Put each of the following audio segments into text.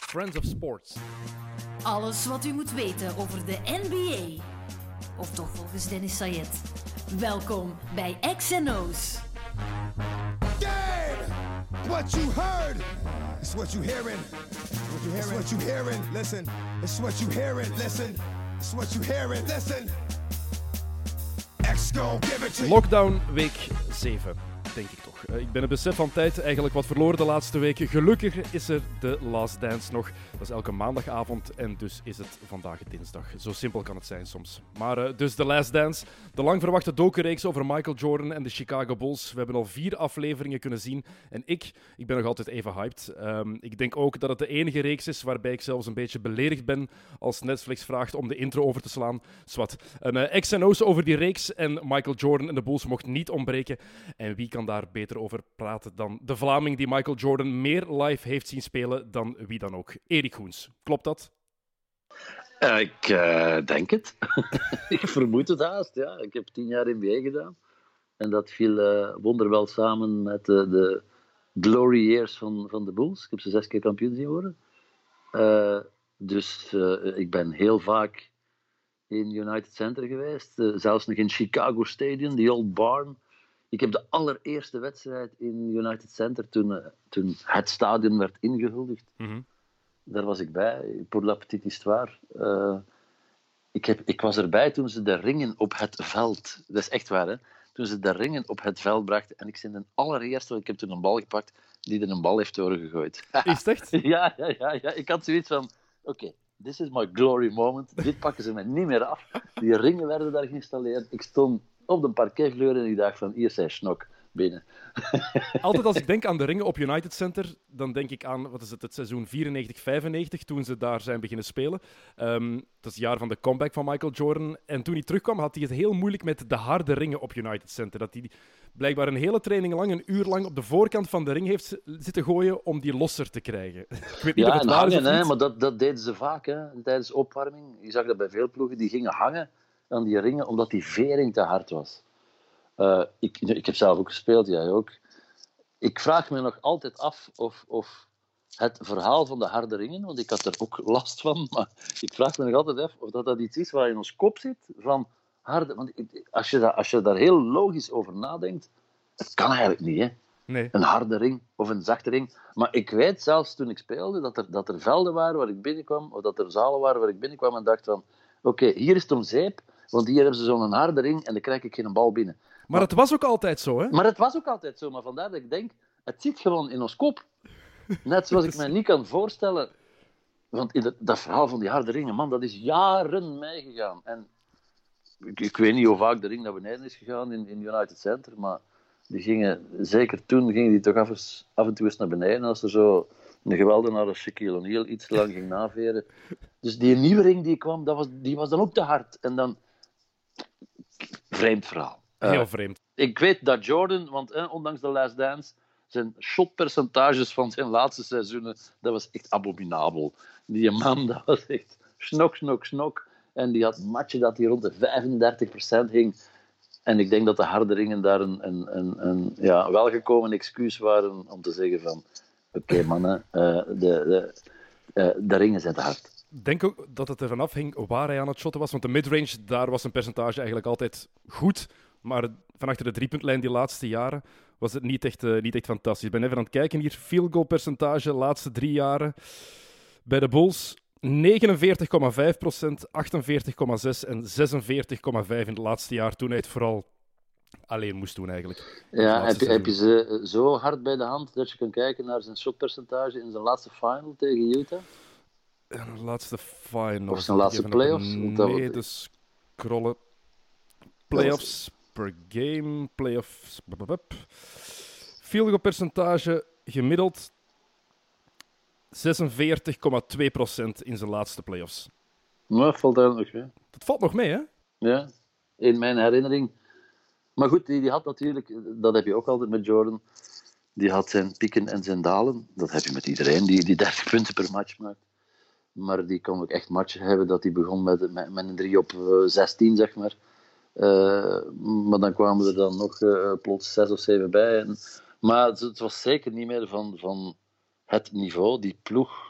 Friends of Sports. Alles wat u moet weten over de NBA. Of toch volgens Dennis Sayed. Welkom bij X&O's. Damn! What you heard is what you hearing. It's what you hearing. Listen. It's what you hearing. Listen. It's what you hearing. Listen. X gon' give it to you. Lockdown week 7. Denk ik toch. Ik ben het besef van tijd eigenlijk wat verloren de laatste weken. Gelukkig is er de Last Dance nog. Dat is elke maandagavond en dus is het vandaag dinsdag. Zo simpel kan het zijn soms. Maar dus de Last Dance. De lang verwachte docureeks over Michael Jordan en de Chicago Bulls. We hebben al 4 afleveringen kunnen zien. En ik ben nog altijd even hyped. Ik denk ook dat het de enige reeks is waarbij ik zelfs een beetje beledigd ben als Netflix vraagt om de intro over te slaan. Zwat. Een X&O's over die reeks en Michael Jordan en de Bulls mocht niet ontbreken. En wie kan daar beter over praten dan de Vlaming die Michael Jordan meer live heeft zien spelen dan wie dan ook. Erik Goens. Klopt dat? Ik denk het. Ik vermoed het haast, ja. Ik heb 10 jaar NBA gedaan. En dat viel wonderwel samen met de glory years van de Bulls. Ik heb ze 6 keer kampioen zien worden. Dus ik ben heel vaak in United Center geweest. Zelfs nog in Chicago Stadium, die Old Barn. Ik heb de allereerste wedstrijd in United Center toen het stadion werd ingehuldigd. Mm-hmm. Daar was ik bij, pour la petite histoire. Ik was erbij toen ze de ringen op het veld... Dat is echt waar, hè? Toen ze de ringen op het veld brachten. En ik ben de allereerste, ik heb toen een bal gepakt die er een bal heeft doorgegooid. Is het echt? Ja. Ik had zoiets van... Oké, this is my glory moment. Dit pakken ze mij niet meer af. Die ringen werden daar geïnstalleerd. Ik stond op de parketvloer en ik dacht van, hier zijn snok binnen. Altijd als ik denk aan de ringen op United Center, dan denk ik aan, het seizoen 94-95, toen ze daar zijn beginnen spelen. Dat is het jaar van de comeback van Michael Jordan. En toen hij terugkwam, had hij het heel moeilijk met de harde ringen op United Center. Dat hij blijkbaar een hele training lang, een uur lang, op de voorkant van de ring heeft zitten gooien om die losser te krijgen. Ik weet niet of het waar hangen, is of niet. Maar dat deden ze vaak, hè, tijdens opwarming. Je zag dat bij veel ploegen, die gingen hangen aan die ringen, omdat die vering te hard was. Ik heb zelf ook gespeeld, jij ook. Ik vraag me nog altijd af of het verhaal van de harde ringen, want ik had er ook last van, maar ik vraag me nog altijd af of dat iets is waar in ons kop zit, van harde... Want als je daar heel logisch over nadenkt, het kan eigenlijk niet, hè. Nee. Een harde ring of een zachte ring. Maar ik weet zelfs toen ik speelde dat er velden waren waar ik binnenkwam, of dat er zalen waren waar ik binnenkwam en dacht van, oké, hier is het om zeep, want hier hebben ze zo'n harde ring en dan krijg ik geen bal binnen. Maar het was ook altijd zo, hè? Maar het was ook altijd zo. Maar vandaar dat ik denk, het zit gewoon in ons kop. Net zoals ik me niet kan voorstellen. Want in dat verhaal van die harde ringen, man, dat is jaren meegegaan. En ik weet niet hoe vaak de ring naar beneden is gegaan in United Center, maar zeker toen gingen die toch af en toe eens naar beneden als er zo een geweldenaar als Shaquille O'Neal iets te lang ging naveren. Dus die nieuwe ring die kwam, die was dan ook te hard. En dan... Vreemd verhaal. Heel vreemd. Ik weet dat Jordan, want ondanks de Last Dance, zijn shotpercentages van zijn laatste seizoenen, dat was echt abominabel. Die man, dat was echt snok. En die had matchen dat hij rond de 35% hing. En ik denk dat de harde ringen daar een welgekomen excuus waren om te zeggen van, oké, mannen, de ringen zijn te hard. Ik denk ook dat het ervan afhing waar hij aan het shotten was. Want de midrange, daar was zijn percentage eigenlijk altijd goed. Maar van achter de driepuntlijn die laatste jaren was het niet echt fantastisch. Ik ben even aan het kijken hier. Field goal percentage laatste 3 jaren. Bij de Bulls 49,5%, 48,6% en 46,5% in het laatste jaar. Toen hij het vooral alleen moest doen eigenlijk. Ja, heb je ze zo hard bij de hand dat je kan kijken naar zijn shotpercentage in zijn laatste final tegen Utah? De laatste final. Of zijn laatste playoffs? Nee, dus scrollen. Playoffs per game. Playoffs. Field goal percentage gemiddeld 46,2% in zijn laatste playoffs. Nou, valt daar nog mee. Dat valt nog mee, hè? Ja, in mijn herinnering. Maar goed, die had natuurlijk, dat heb je ook altijd met Jordan, die had zijn pieken en zijn dalen. Dat heb je met iedereen die 30 punten per match maakt. Maar die kon ook echt matchen hebben dat hij begon met een 3 op 16, zeg maar. Maar dan kwamen er dan nog plots 6 of 7 bij. Maar het was zeker niet meer van het niveau. Die ploeg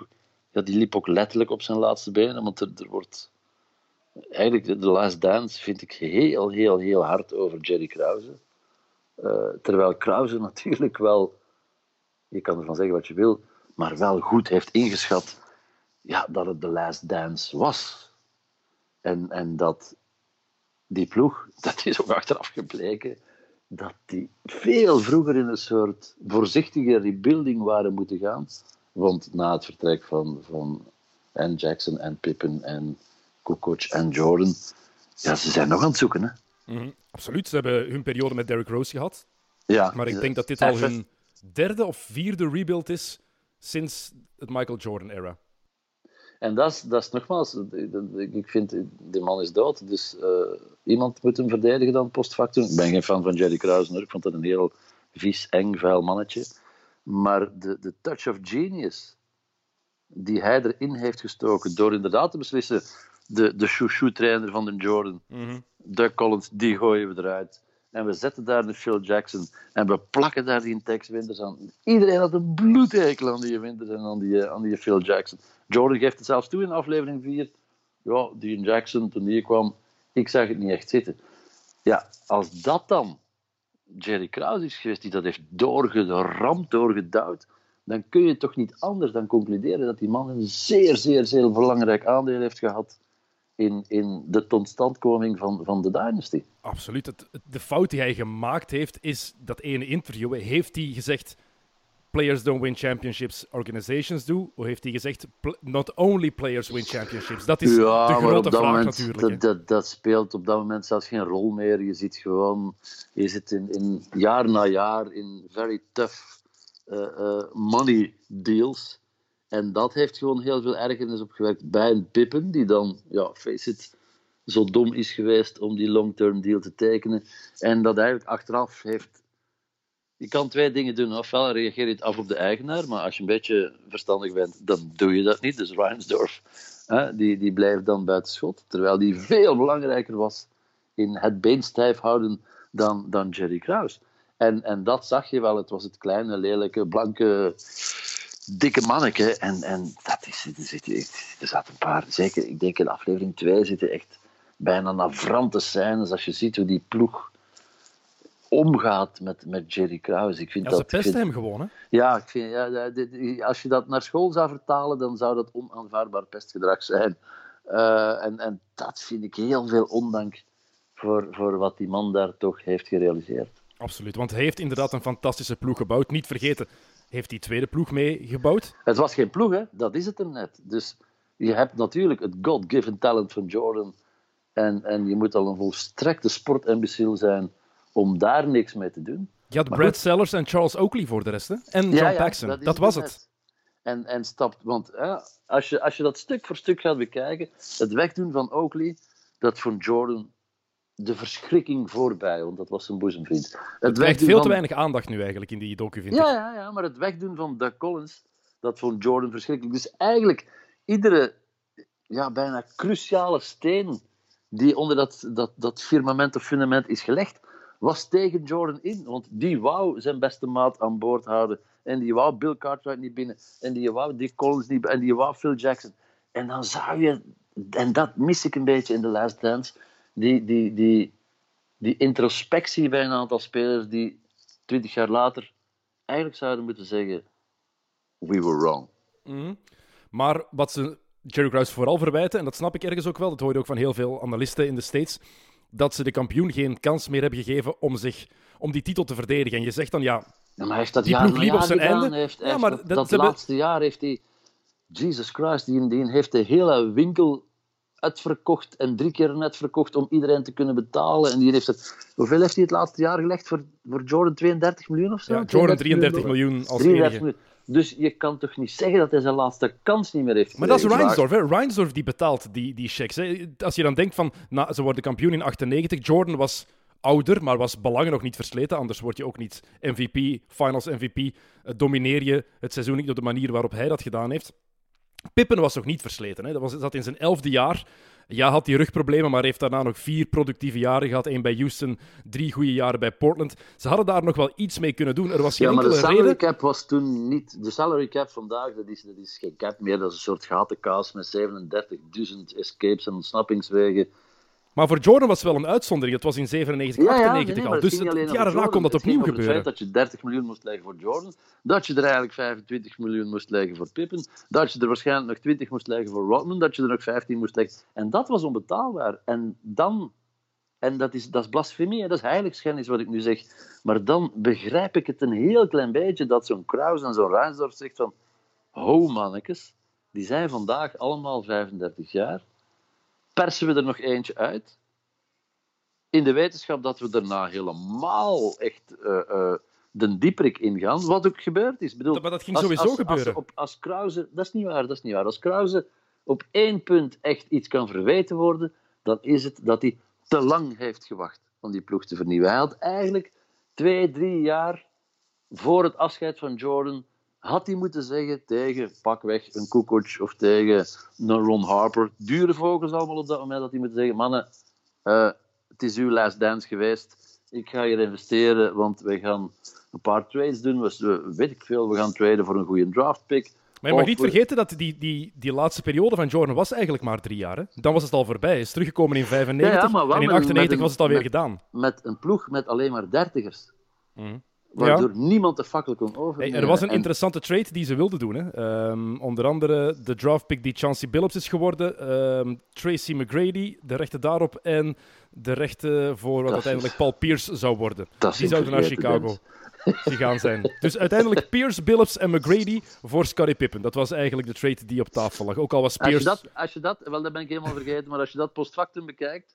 die liep ook letterlijk op zijn laatste benen, want er wordt... Eigenlijk, The Last Dance vind ik heel, heel, heel hard over Jerry Krause. Terwijl Krause natuurlijk wel, je kan ervan zeggen wat je wil, maar wel goed heeft ingeschat dat het The Last Dance was. En dat die ploeg, dat is ook achteraf gebleken, dat die veel vroeger in een soort voorzichtige rebuilding waren moeten gaan. Want na het vertrek van Jackson en Pippen en Kukoc en Jordan, ze zijn nog aan het zoeken. Hè? Mm-hmm. Absoluut, ze hebben hun periode met Derrick Rose gehad. Ja, maar ik denk dat dit al hun 3e of 4e rebuild is sinds het Michael Jordan-era. En dat is nogmaals, ik vind, die man is dood, dus iemand moet hem verdedigen dan post factum. Ik ben geen fan van Jerry Krause, hoor. Ik vond dat een heel vies, eng, vuil mannetje. Maar de touch of genius die hij erin heeft gestoken door inderdaad te beslissen, de chouchou-trainer van de Jordan, Doug Collins, die gooien we eruit. En we zetten daar de Phil Jackson en we plakken daar die Tex Winters aan. Iedereen had een bloedhekel aan die Winters en aan die Phil Jackson. Jordan geeft het zelfs toe in aflevering 4. Ja, die Jackson, toen die kwam, ik zag het niet echt zitten. Ja, als dat dan Jerry Krause is geweest, die dat heeft doorgeramd, doorgedouwd, dan kun je toch niet anders dan concluderen dat die man een zeer, zeer, zeer belangrijk aandeel heeft gehad in de totstandkoming van de Dynasty. Absoluut. De fout die hij gemaakt heeft, is dat ene interview. Heeft hij gezegd, players don't win championships, organizations do? Of heeft hij gezegd, not only players win championships? Dat is de grote vraag moment, natuurlijk. Dat speelt op dat moment zelfs geen rol meer. Je zit in jaar na jaar in very tough money deals. En dat heeft gewoon heel veel ergernis opgewekt bij een Pippen, die dan, face it, zo dom is geweest om die long-term deal te tekenen. En dat eigenlijk achteraf heeft... Je kan 2 dingen doen. Ofwel reageer je het af op de eigenaar, maar als je een beetje verstandig bent, dan doe je dat niet. Dus Reinsdorf, die blijft dan buiten schot. Terwijl die veel belangrijker was in het been stijf houden dan Jerry Krause. En dat zag je wel. Het was het kleine, lelijke, blanke, dikke manneke. En dat is... Er zaten een paar... Zeker, ik denk in aflevering 2 zitten echt bijna navrante scènes. Als je ziet hoe die ploeg omgaat met Jerry Krause. Ik vind ze pesten hem gewoon, hè? Ja, als je dat naar school zou vertalen, dan zou dat onaanvaardbaar pestgedrag zijn. En dat vind ik heel veel ondank voor wat die man daar toch heeft gerealiseerd. Absoluut, want hij heeft inderdaad een fantastische ploeg gebouwd. Niet vergeten, heeft die tweede ploeg meegebouwd? Het was geen ploeg, hè? Dat is het hem net. Dus je hebt natuurlijk het God-given talent van Jordan. En je moet al een volstrekte sportimbeciel zijn om daar niks mee te doen. Je had Brad Sellers en Charles Oakley voor de rest, hè? En John Paxson. Dat was het. En stapt, want als je dat stuk voor stuk gaat bekijken, het wegdoen van Oakley, dat vond Jordan de verschrikking voorbij, want dat was zijn boezemvriend. Het krijgt veel te weinig aandacht nu eigenlijk in die docu, vind ik. Ja, maar het wegdoen van Doug Collins, dat vond Jordan verschrikkelijk. Dus eigenlijk, iedere bijna cruciale steen die onder dat firmament of fundament is gelegd, was tegen Jordan in. Want die wou zijn beste maat aan boord houden. En die wou Bill Cartwright niet binnen. En die wou Dick Collins niet binnen. En die wou Phil Jackson. En dan zou je... En dat mis ik een beetje in The Last Dance. Die introspectie bij een aantal spelers die 20 jaar later eigenlijk zouden moeten zeggen, we were wrong. Mm-hmm. Maar wat ze Jerry Krause vooral verwijten, en dat snap ik ergens ook wel, dat hoor je ook van heel veel analisten in de States, dat ze de kampioen geen kans meer hebben gegeven om die titel te verdedigen. En je zegt dan, maar hij heeft dat die jaar ploeg liep op zijn gedaan. einde. Maar dat laatste jaar heeft hij... Jesus Christ, die heeft de hele winkel uitverkocht en 3 keer net verkocht om iedereen te kunnen betalen. En die heeft hoeveel heeft hij het laatste jaar gelegd voor Jordan? 32 miljoen of zo? Ja, Jordan 33 miljoen als enige. Dus je kan toch niet zeggen dat hij zijn laatste kans niet meer heeft gekregen. Maar dat is Reinsdorf, hè? Reinsdorf die betaalt die checks. Hè? Als je dan denkt van, ze worden kampioen in 98, Jordan was ouder, maar was belangen nog niet versleten, anders word je ook niet MVP, Finals MVP, domineer je het seizoen niet op de manier waarop hij dat gedaan heeft. Pippen was nog niet versleten, hè? Dat zat in zijn 11e jaar. Ja, had die rugproblemen, maar heeft daarna nog 4 productieve jaren gehad. 1 bij Houston, 3 goede jaren bij Portland. Ze hadden daar nog wel iets mee kunnen doen. Er was geen maar de enkele salary reden... cap was toen niet... De salary cap vandaag, dat is geen cap meer. Dat is een soort gatenkaas met 37.000 escapes en ontsnappingswegen. Maar voor Jordan was het wel een uitzondering. Het was in 97, 98 al. Dus het jaar daarna kon dat opnieuw gebeuren. Het feit dat je 30 miljoen moest leggen voor Jordan, dat je er eigenlijk 25 miljoen moest leggen voor Pippen, dat je er waarschijnlijk nog 20 moest leggen voor Rodman, dat je er nog 15 moest leggen. En dat was onbetaalbaar. En dat is blasfemie, hè? Dat is heiligschennis wat ik nu zeg. Maar dan begrijp ik het een heel klein beetje dat zo'n Krause en zo'n Reinsdorf zegt van ho mannetjes, die zijn vandaag allemaal 35 jaar. Persen we er nog eentje uit. In de wetenschap dat we daarna helemaal echt de dieperik ingaan. Wat ook gebeurd is. Maar dat ging sowieso gebeuren. Als Krause... Dat is niet waar. Als Krause op 1 punt echt iets kan verweten worden, dan is het dat hij te lang heeft gewacht om die ploeg te vernieuwen. Hij had eigenlijk 2-3 jaar voor het afscheid van Jordan... had hij moeten zeggen tegen pakweg een Kukoc of tegen een Ron Harper. Dure vogels allemaal op dat moment. Dat hij moet zeggen, mannen, het is uw last dance geweest. Ik ga hier investeren, want we gaan een paar trades doen. Weet ik veel, we gaan traden voor een goede draftpick. Maar je mag niet vergeten dat die laatste periode van Jordan was eigenlijk maar 3 jaar. Hè? Dan was het al voorbij. Hij is teruggekomen in 95 en in 98 was het alweer gedaan. Met een ploeg met alleen maar dertigers. Mm. Waardoor niemand de fakkel kon overnemen. Er was een interessante trade die ze wilden doen. Hè. Onder andere de draftpick die Chauncey Billups is geworden. Tracy McGrady, de rechten daarop. En de rechten voor wat uiteindelijk Paul Pierce zou worden. Die zouden naar Chicago gegaan zijn. Dus uiteindelijk Pierce, Billups en McGrady voor Scottie Pippen. Dat was eigenlijk de trade die op tafel lag. Ook al was Pierce... Als je dat, wel, dat ben ik helemaal vergeten, maar als je dat post factum bekijkt,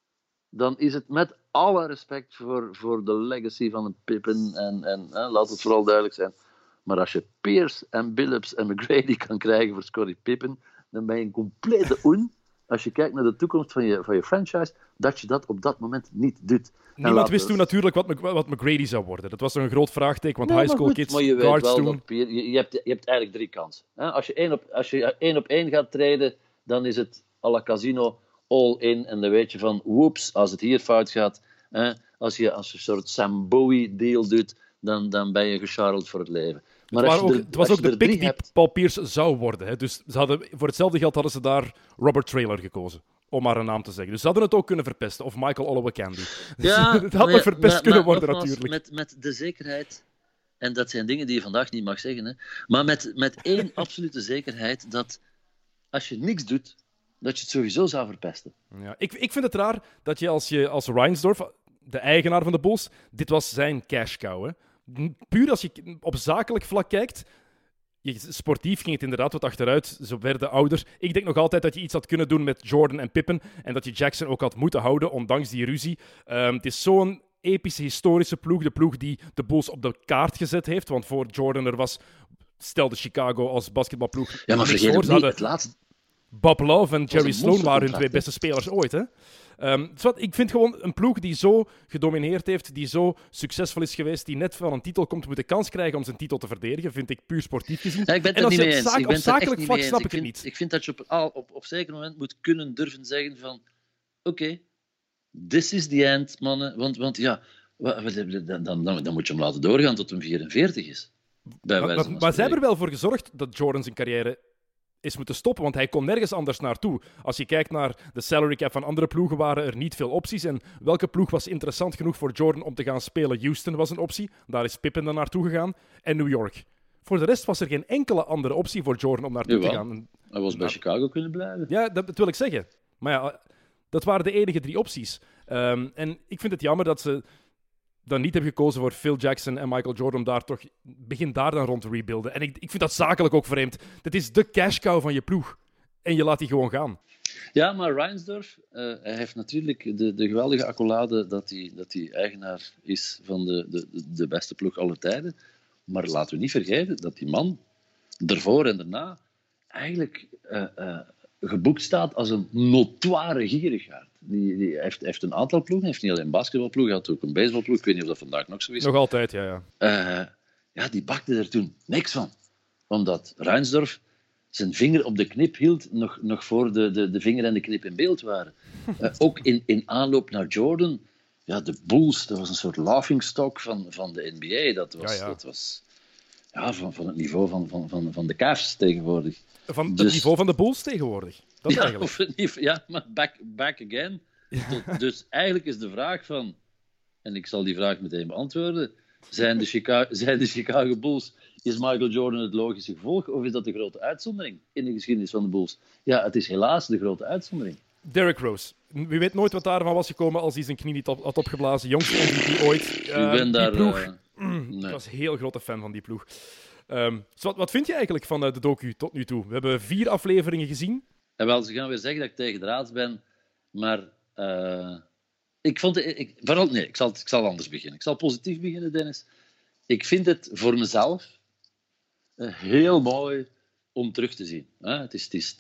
dan is het met alle respect voor de legacy van een Pippen en laat het vooral duidelijk zijn. Maar als je Pierce en Billups en McGrady kan krijgen voor Scottie Pippen, dan ben je een complete als je kijkt naar de toekomst van je franchise, dat je dat op dat moment niet doet. Niemand wist toen natuurlijk wat McGrady zou worden. Dat was nog een groot vraagteken, want high school kids, maar je weet guards wel toen... Je hebt eigenlijk 3 kansen. Als je 1 op 1 gaat treden, dan is het à la casino all in. En dan weet je van, woeps, als het hier fout gaat, als je een soort Sam Bowie deal doet, dan ben je gecharreld voor het leven. Maar het was ook de pick die Paul Pierce zou worden. Hè. Dus voor hetzelfde geld hadden ze daar Robert Traylor gekozen. Om maar een naam te zeggen. Dus ze hadden het ook kunnen verpesten. Of Michael Olowokandi. Ja, het had nog verpest kunnen worden natuurlijk. Met de zekerheid, en dat zijn dingen die je vandaag niet mag zeggen, hè, maar met 1 absolute zekerheid dat als je niks doet, dat je het sowieso zou verpesten. Ja, ik vind het raar dat je als Reinsdorf, de eigenaar van de Bulls, dit was zijn cash cow. Hè. Puur als je op zakelijk vlak kijkt, sportief ging het inderdaad wat achteruit. Ze werden ouder. Ik denk nog altijd dat je iets had kunnen doen met Jordan en Pippen en dat je Jackson ook had moeten houden, ondanks die ruzie. Het is zo'n epische, historische ploeg. De ploeg die de Bulls op de kaart gezet heeft. Want voor Jordan er was... Stelde Chicago als basketbalploeg... Ja, maar vergeet het niet, het laatste... Bob Love en Jerry Sloan waren hun 2 beste spelers ooit, hè? Ik vind gewoon een ploeg die zo gedomineerd heeft, die zo succesvol is geweest, die net van een titel komt, moet de kans krijgen om zijn titel te verdedigen, vind ik puur sportief gezien. Ja, ik ben het er niet mee eens. Op zakelijk vlak snap ik het niet. Ik vind dat je op zeker moment moet kunnen durven zeggen van oké, this is the end, mannen. Want ja, dan moet je hem laten doorgaan tot hij 44 is. Maar zij hebben er wel voor gezorgd dat Jordan zijn carrière is moeten stoppen, want hij kon nergens anders naartoe. Als je kijkt naar de salary cap van andere ploegen, waren er niet veel opties. En welke ploeg was interessant genoeg voor Jordan om te gaan spelen? Houston was een optie. Daar is Pippen dan naartoe gegaan. En New York. Voor de rest was er geen enkele andere optie voor Jordan om naartoe te gaan. Hij was bij Chicago kunnen blijven. Ja, dat wil ik zeggen. Maar ja, dat waren de enige 3 opties. En ik vind het jammer dat ze dan niet hebben gekozen voor Phil Jackson en Michael Jordan om daar toch... Begin daar dan rond te rebuilden. En ik vind dat zakelijk ook vreemd. Dat is de cash cow van je ploeg. En je laat die gewoon gaan. Ja, maar Reinsdorf, hij heeft natuurlijk de geweldige accolade dat hij eigenaar is van de beste ploeg aller tijden. Maar laten we niet vergeten dat die man ervoor en daarna eigenlijk geboekt staat als een notoire gierigaard. Die heeft een aantal ploegen. Hij heeft niet alleen een basketbalploeg, hij had ook een baseballploeg. Ik weet niet of dat vandaag nog zo is. Nog altijd, ja. Ja, die bakte er toen niks van. Omdat Reinsdorf zijn vinger op de knip hield, nog voor de vinger en de knip in beeld waren. Ook in aanloop naar Jordan, ja, de Bulls, dat was een soort laughingstock van de NBA. Dat was van het niveau van de Cavs tegenwoordig. Van het niveau van de Bulls tegenwoordig? Dat eigenlijk. Maar back again. Ja. Dus eigenlijk is de vraag van, en ik zal die vraag meteen beantwoorden, zijn de Chicago Bulls, is Michael Jordan het logische gevolg, of is dat de grote uitzondering in de geschiedenis van de Bulls? Ja, het is helaas de grote uitzondering. Derrick Rose. Wie weet nooit wat daarvan was gekomen als hij zijn knie niet had opgeblazen. Jongste MVP ooit. Ik ben daar... Ik was een heel grote fan van die ploeg. Wat vind je eigenlijk van de docu tot nu toe? We hebben 4 afleveringen gezien. En wel, ze gaan weer zeggen dat ik tegendraads ben, maar ik vond ik zal anders beginnen. Ik zal positief beginnen, Dennis. Ik vind het voor mezelf heel mooi om terug te zien. Het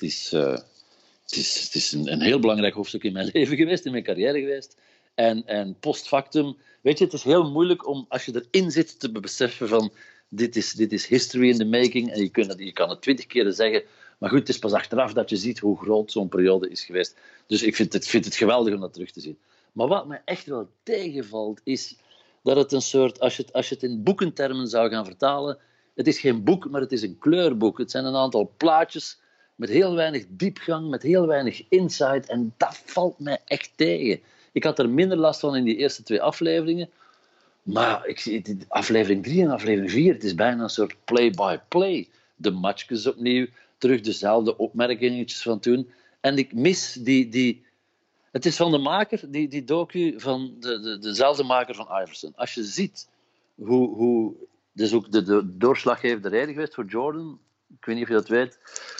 is een heel belangrijk hoofdstuk in mijn leven geweest, in mijn carrière geweest. En post factum, weet je, het is heel moeilijk om, als je erin zit, te beseffen van dit is history in the making. En je kan het 20 keer zeggen, maar goed, het is pas achteraf dat je ziet hoe groot zo'n periode is geweest. Dus ik vind het geweldig om dat terug te zien. Maar wat me echt wel tegenvalt, is dat het een soort, als je het in boekentermen zou gaan vertalen, het is geen boek, maar het is een kleurboek. Het zijn een aantal plaatjes met heel weinig diepgang, met heel weinig insight. En dat valt mij echt tegen. Ik had er minder last van in die eerste 2 afleveringen. Maar ik zie aflevering 3 en aflevering 4, het is bijna een soort play-by-play. De matchjes opnieuw, terug dezelfde opmerkingetjes van toen. En ik mis die... Het is van de maker, die docu, van dezelfde maker van Iverson. Als je ziet hoe dat is ook de doorslaggevende reden geweest voor Jordan. Ik weet niet of je dat weet.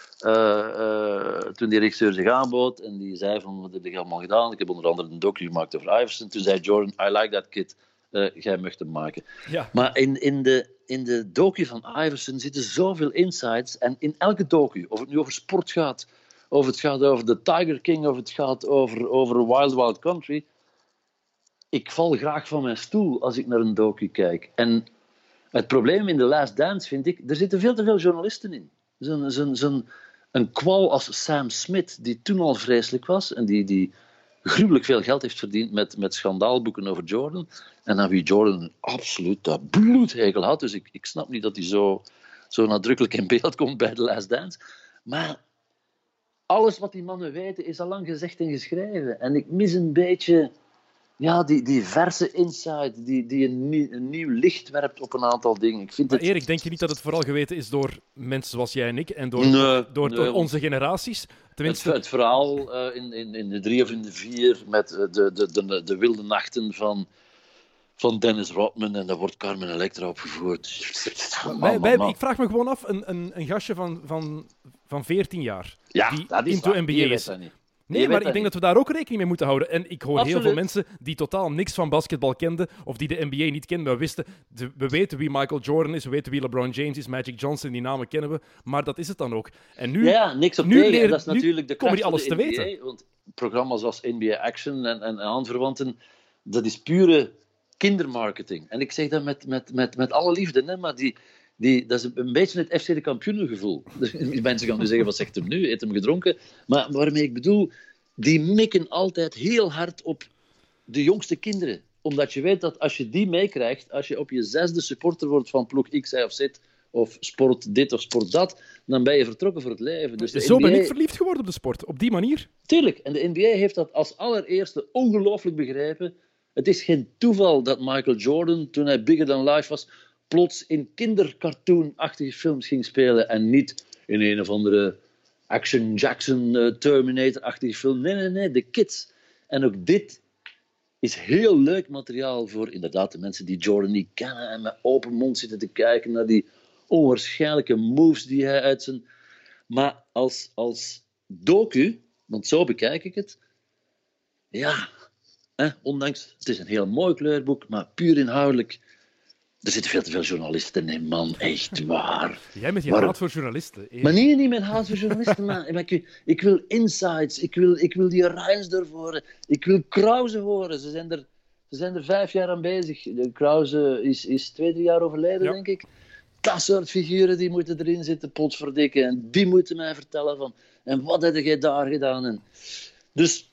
Toen die regisseur zich aanbood en die zei van, wat heb ik allemaal gedaan? Ik heb onder andere een docu gemaakt over Iverson. Toen zei Jordan, I like that kid. Jij mag hem maken. Ja. Maar in de docu van Iverson zitten zoveel insights. En in elke docu, of het nu over sport gaat, of het gaat over The Tiger King, of het gaat over Wild Wild Country. Ik val graag van mijn stoel als ik naar een docu kijk. En het probleem in The Last Dance vind ik, er zitten veel te veel journalisten in. Een kwal als Sam Smith, die toen al vreselijk was en die gruwelijk veel geld heeft verdiend met schandaalboeken over Jordan. En aan wie Jordan absoluut dat bloedhekel had. Dus ik snap niet dat hij zo nadrukkelijk in beeld komt bij The Last Dance. Maar alles wat die mannen weten is al lang gezegd en geschreven. En ik mis een beetje die verse insight die een nieuw licht werpt op een aantal dingen. Erik, denk je niet dat het vooral geweten is door mensen zoals jij en ik en door onze generaties? Tenminste... Het verhaal in de 3 of in de 4 met de wilde nachten van Dennis Rodman en daar wordt Carmen Electra opgevoerd. Ik vraag me gewoon af, een gastje van 14 jaar die dat is into NBA is. Nee, maar ik denk dat we daar ook rekening mee moeten houden. En ik hoor heel veel mensen die totaal niks van basketbal kenden, of die de NBA niet kenden. We weten wie Michael Jordan is, we weten wie LeBron James is, Magic Johnson, die namen kennen we. Maar dat is het dan ook. En nu, niks op tegen. Dat is natuurlijk de kracht die alles van de NBA, te weten. Want programma's als NBA Action en aanverwanten, dat is pure kindermarketing. En ik zeg dat met alle liefde, hè, maar dat is een beetje het FC de kampioenengevoel. Mensen gaan nu zeggen, wat zegt hem nu? Heeft hem gedronken? Maar waarmee ik bedoel, die mikken altijd heel hard op de jongste kinderen. Omdat je weet dat als je die meekrijgt, als je op je 6e supporter wordt van ploeg X, Y of Z, of sport dit of sport dat, dan ben je vertrokken voor het leven. Dus Zo ben ik verliefd geworden op de sport, op die manier. Tuurlijk, en de NBA heeft dat als allereerste ongelooflijk begrepen. Het is geen toeval dat Michael Jordan, toen hij Bigger Than Life was, plots in kindercartoon-achtige films ging spelen en niet in een of andere Action Jackson Terminator-achtige film. Nee, de kids. En ook dit is heel leuk materiaal voor inderdaad de mensen die Jordan niet kennen en met open mond zitten te kijken naar die onwaarschijnlijke moves die hij uit zijn... Maar als docu, want zo bekijk ik het, ondanks, het is een heel mooi kleurboek, maar puur inhoudelijk, er zitten veel te veel journalisten in, man. Echt waar. Jij met je haat voor journalisten. Maar niet met haat voor journalisten, man. Ik wil insights. Ik wil die Reinsdorf horen. Ik wil Krause horen. Ze zijn er 5 jaar aan bezig. Krause is 2-3 jaar overleden, denk ik. dat soort figuren die moeten erin zitten, potverdikken. En die moeten mij vertellen van... En wat heb jij daar gedaan? En, dus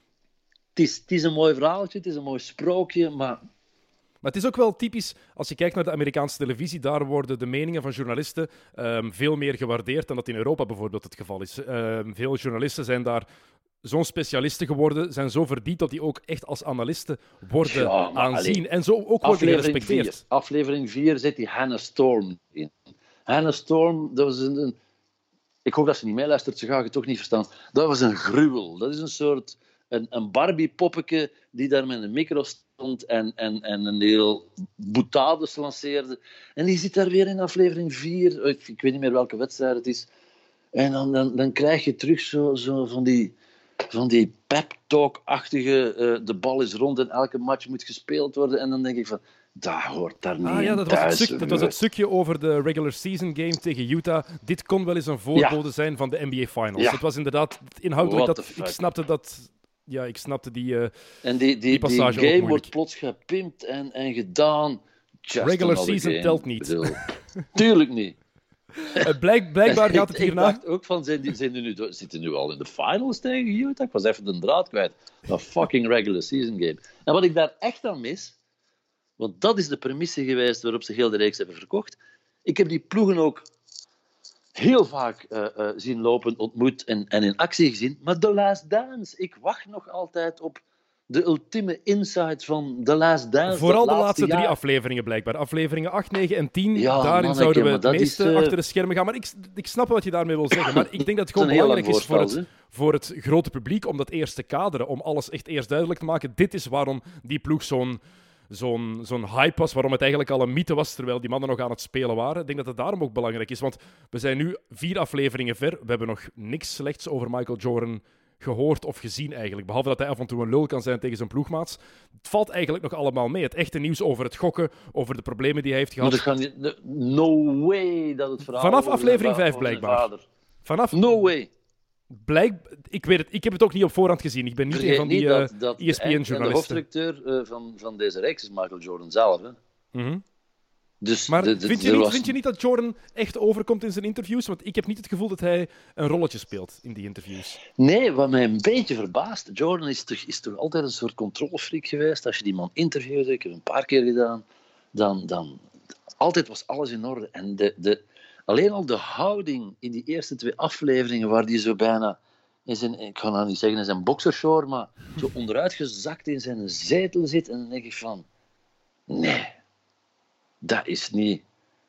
het is een mooi verhaaltje, het is een mooi sprookje, maar... Maar het is ook wel typisch, als je kijkt naar de Amerikaanse televisie, daar worden de meningen van journalisten veel meer gewaardeerd dan dat in Europa bijvoorbeeld het geval is. Veel journalisten zijn daar zo'n specialisten geworden, zijn zo verdiend dat die ook echt als analisten worden aanzien. En zo ook worden gerespecteerd. Aflevering 4 zit die Hannah Storm in. Hannah Storm, dat was een... Ik hoop dat ze niet meeluistert, ze gaat het toch niet verstaan. Dat was een gruwel. Dat is een soort... Een Barbie-poppetje die daar met een micro stond en een heel boutades lanceerde. En die zit daar weer in aflevering 4. Ik weet niet meer welke wedstrijd het is. En dan krijg je terug zo van die pep-talk-achtige... de bal is rond en elke match moet gespeeld worden. En dan denk ik van... Dat hoort daar niet in dat was het stukje over de regular season game tegen Utah. Dit kon wel eens een voorbode zijn van de NBA Finals. Het was inderdaad inhoudelijk ik snapte dat... Ja, ik snapte die en die passage die game ook wordt plots gepimpt en gedaan. Regular season telt niet. Tuurlijk niet. Blijkbaar gaat het hierna... Ik dacht ook van, zitten nu al in de finals tegen Utah? Ik was even de draad kwijt. Een fucking regular season game. En wat ik daar echt aan mis, want dat is de premisse geweest waarop ze heel de reeks hebben verkocht. Ik heb die ploegen ook heel vaak zien lopen, ontmoet en in actie gezien. Maar The Last Dance, ik wacht nog altijd op de ultieme insight van The Last Dance. Vooral de laatste 3 afleveringen blijkbaar. Afleveringen 8, 9 en 10. Daarin zouden we het meeste achter de schermen gaan. Maar ik snap wat je daarmee wil zeggen. Maar ik denk dat het gewoon belangrijk is voor het grote publiek om dat eerst te kaderen. Om alles echt eerst duidelijk te maken. Dit is waarom die ploeg zo'n hype was, waarom het eigenlijk al een mythe was, terwijl die mannen nog aan het spelen waren. Ik denk dat het daarom ook belangrijk is, want we zijn nu 4 afleveringen ver. We hebben nog niks slechts over Michael Jordan gehoord of gezien eigenlijk. Behalve dat hij af en toe een lul kan zijn tegen zijn ploegmaats. Het valt eigenlijk nog allemaal mee. Het echte nieuws over het gokken, over de problemen die hij heeft gehad. Maar no way dat het verhaal... Vanaf aflevering 5 blijkbaar. No way. Ik weet het, ik heb het ook niet op voorhand gezien. Ik ben niet een van die ESPN-journalisten. De hoofdredacteur van deze reeks is Michael Jordan zelf. Hè? Mm-hmm. Dus maar vind je niet dat Jordan echt overkomt in zijn interviews? Want ik heb niet het gevoel dat hij een rolletje speelt in die interviews. Nee, wat mij een beetje verbaast... Jordan is toch altijd een soort controlefreak geweest. Als je die man interviewde, ik heb het een paar keer gedaan, dan altijd was alles in orde. En alleen al de houding in die eerste 2 afleveringen, waar die zo bijna... ik ga nou niet zeggen in zijn boxershort, maar zo onderuitgezakt in zijn zetel zit. En dan denk ik van... Nee, dat is niet...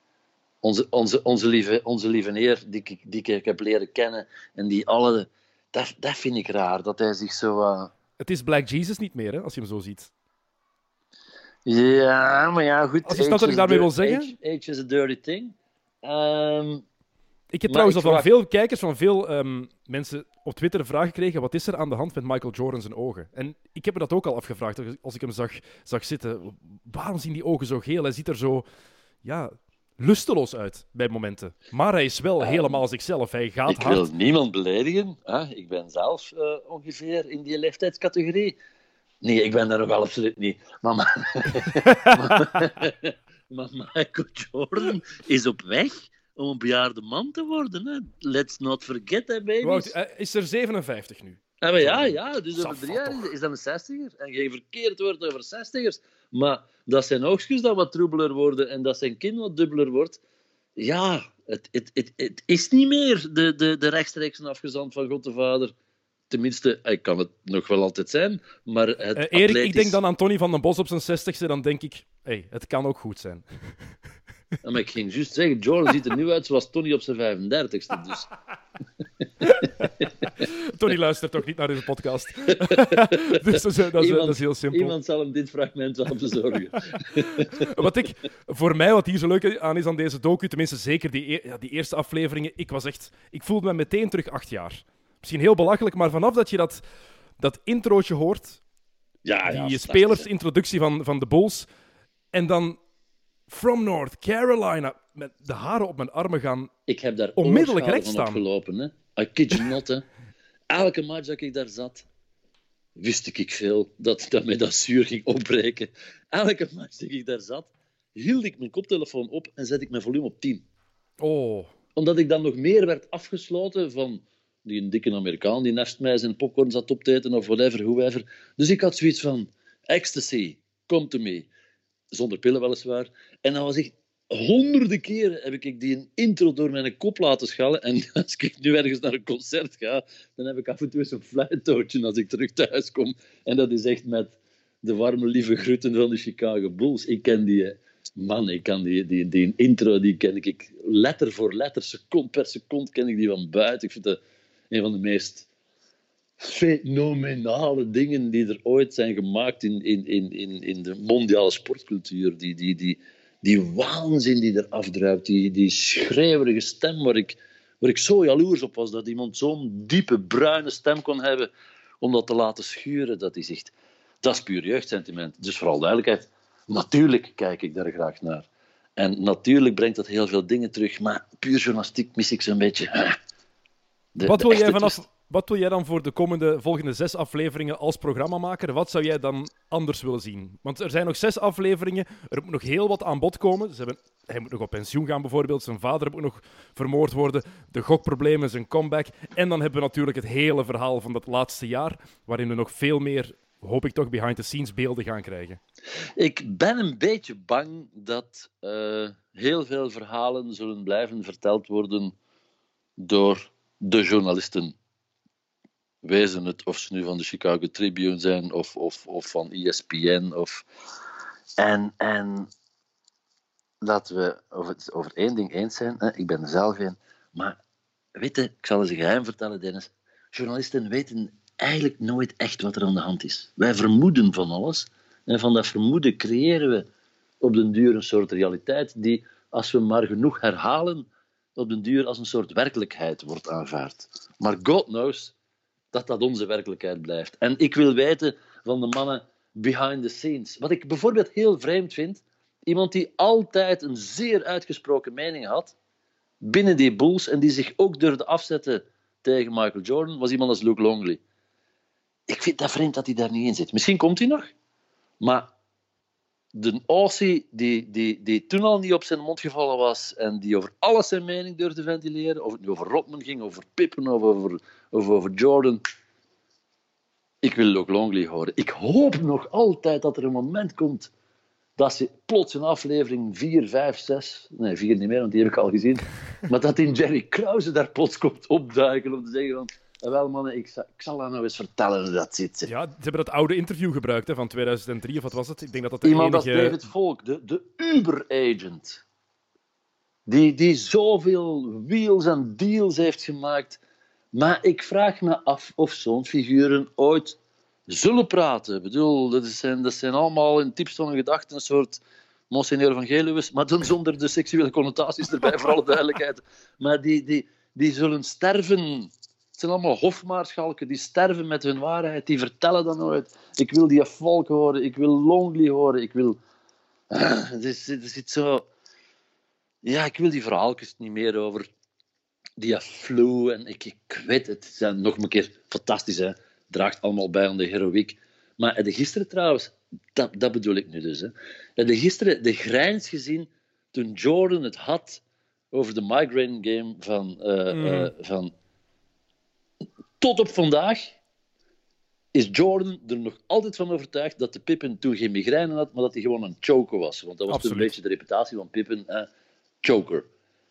Onze lieve heer, die ik heb leren kennen, en die alle... Dat vind ik raar, dat hij zich zo... Het is Black Jesus niet meer, hè, als je hem zo ziet. Ja, maar ja, goed. Als je snapt wat ik daarmee wil zeggen... Age is a dirty thing. Ik heb trouwens al van veel kijkers, van veel mensen op Twitter een vraag gekregen: wat is er aan de hand met Michael Jordan zijn ogen? En ik heb me dat ook al afgevraagd als ik hem zag zitten. Waarom zien die ogen zo geel? Hij ziet er zo lusteloos uit bij momenten. Maar hij is wel helemaal zichzelf. Hij gaat hard. Ik wil niemand beledigen. Ik ben zelf ongeveer in die leeftijdscategorie. Nee, ik ben daar nog wel absoluut niet. Maar Michael Jordan is op weg om een bejaarde man te worden. Hè. Let's not forget, hè, baby's. Wout, is er 57 nu? Maar ja, dus over 3 jaar is dat een 60er. En geen verkeerd woord over 60ers. Maar dat zijn oogstjes dat wat troebeler worden en dat zijn kin wat dubbeler wordt. Ja, het is niet meer de rechtstreeks afgezant van God de Vader. Tenminste, hij kan het nog wel altijd zijn, maar het Erik, ik denk dan aan Tony van den Bos op zijn 60ste, dan denk ik, het kan ook goed zijn. Ja, maar ik ging juist zeggen, Jordan ziet er nu uit zoals Tony op zijn 35ste. Dus. Tony luistert toch niet naar deze podcast. Dus dat is heel simpel. Iemand zal hem dit fragment wel bezorgen. Wat hier zo leuk aan is aan deze docu, tenminste zeker die eerste afleveringen, ik voelde me meteen terug 8 jaar. Misschien heel belachelijk, maar vanaf dat je dat introotje hoort, die spelersintroductie van de Bulls, en dan From North Carolina, met de haren op mijn armen gaan, ik heb daar onmiddellijk recht staan. Opgelopen, hè. I kid you not, hè. Elke match dat ik daar zat, wist ik veel dat mij dat zuur ging opbreken. Elke match dat ik daar zat, hield ik mijn koptelefoon op en zet ik mijn volume op 10. Oh. Omdat ik dan nog meer werd afgesloten van die dikke Amerikaan die naast mij zijn popcorn zat op te eten of whatever, whoever. Dus ik had zoiets van, ecstasy, come to me. Zonder pillen weliswaar. En dan was ik... Honderden keren heb ik die een intro door mijn kop laten schallen. En als ik nu ergens naar een concert ga, dan heb ik af en toe eens een fluittootje als ik terug thuis kom. En dat is echt met de warme, lieve groeten van de Chicago Bulls. Ik ken die man, ik kan die intro, die ken ik letter voor letter, seconde per seconde ken ik die van buiten. Ik vind dat een van de meest fenomenale dingen die er ooit zijn gemaakt in de mondiale sportcultuur. Die waanzin die er afdruipt, die schreeuwerige stem waar ik zo jaloers op was, dat iemand zo'n diepe, bruine stem kon hebben om dat te laten schuren, dat is puur jeugdsentiment. Dus vooral duidelijkheid, natuurlijk kijk ik daar graag naar. En natuurlijk brengt dat heel veel dingen terug, maar puur journalistiek mis ik zo'n beetje... Wat wil jij dan voor de volgende 6 afleveringen als programmamaker? Wat zou jij dan anders willen zien? Want er zijn nog 6 afleveringen, er moet nog heel wat aan bod komen. Hij moet nog op pensioen gaan bijvoorbeeld, zijn vader moet nog vermoord worden, de gokproblemen, zijn comeback. En dan hebben we natuurlijk het hele verhaal van dat laatste jaar, waarin we nog veel meer, hoop ik toch, behind-the-scenes beelden gaan krijgen. Ik ben een beetje bang dat heel veel verhalen zullen blijven verteld worden door de journalisten. Wezen het, of ze nu van de Chicago Tribune zijn, of van ESPN. En laten we over één ding eens zijn. Ik ben er zelf een. Maar weet je, ik zal eens een geheim vertellen, Dennis. Journalisten weten eigenlijk nooit echt wat er aan de hand is. Wij vermoeden van alles. En van dat vermoeden creëren we op den duur een soort realiteit die, als we maar genoeg herhalen, op den duur als een soort werkelijkheid wordt aanvaard. Maar God knows dat onze werkelijkheid blijft. En ik wil weten van de mannen behind the scenes. Wat ik bijvoorbeeld heel vreemd vind, iemand die altijd een zeer uitgesproken mening had binnen die Bulls en die zich ook durfde afzetten tegen Michael Jordan, was iemand als Luke Longley. Ik vind dat vreemd dat hij daar niet in zit. Misschien komt hij nog, maar de Aussie die toen al niet op zijn mond gevallen was en die over alles zijn mening durfde ventileren, of het nu over Rodman ging, over Pippen of over Jordan. Ik wil Luke Longley horen. Ik hoop nog altijd dat er een moment komt dat ze plots een aflevering 4, 5, 6... Nee, 4 niet meer, want die heb ik al gezien. Maar dat in Jerry Krause daar plots komt opduiken om te zeggen van... Wel mannen, ik zal dat nou eens vertellen hoe dat zit. Ja, ze hebben dat oude interview gebruikt van 2003, of wat was het? Ik denk dat dat iemand als David Volk, de Uber-agent, die zoveel wheels en deals heeft gemaakt. Maar ik vraag me af of zo'n figuren ooit zullen praten. Ik bedoel, dat zijn allemaal in het diepste van hun gedachten een soort Monseigneur van Geluwes, maar dan zonder de seksuele connotaties erbij, voor alle duidelijkheid. Maar die zullen sterven. Het zijn allemaal hofmaarschalken, die sterven met hun waarheid, die vertellen dat nooit. Ik wil die Volk horen, ik wil Longley horen, ik wil... Er zit zo... Ja, ik wil die verhaaltjes niet meer over die flu en ik weet het, zijn nog een keer fantastisch, hè. Draagt allemaal bij aan de heroïek. Maar de gisteren trouwens, dat bedoel ik nu dus, hè. De gisteren de grijns gezien toen Jordan het had over de migraine game van tot op vandaag is Jordan er nog altijd van overtuigd dat de Pippen toen geen migraine had, maar dat hij gewoon een choker was. Want dat was toen een beetje de reputatie van Pippen, choker.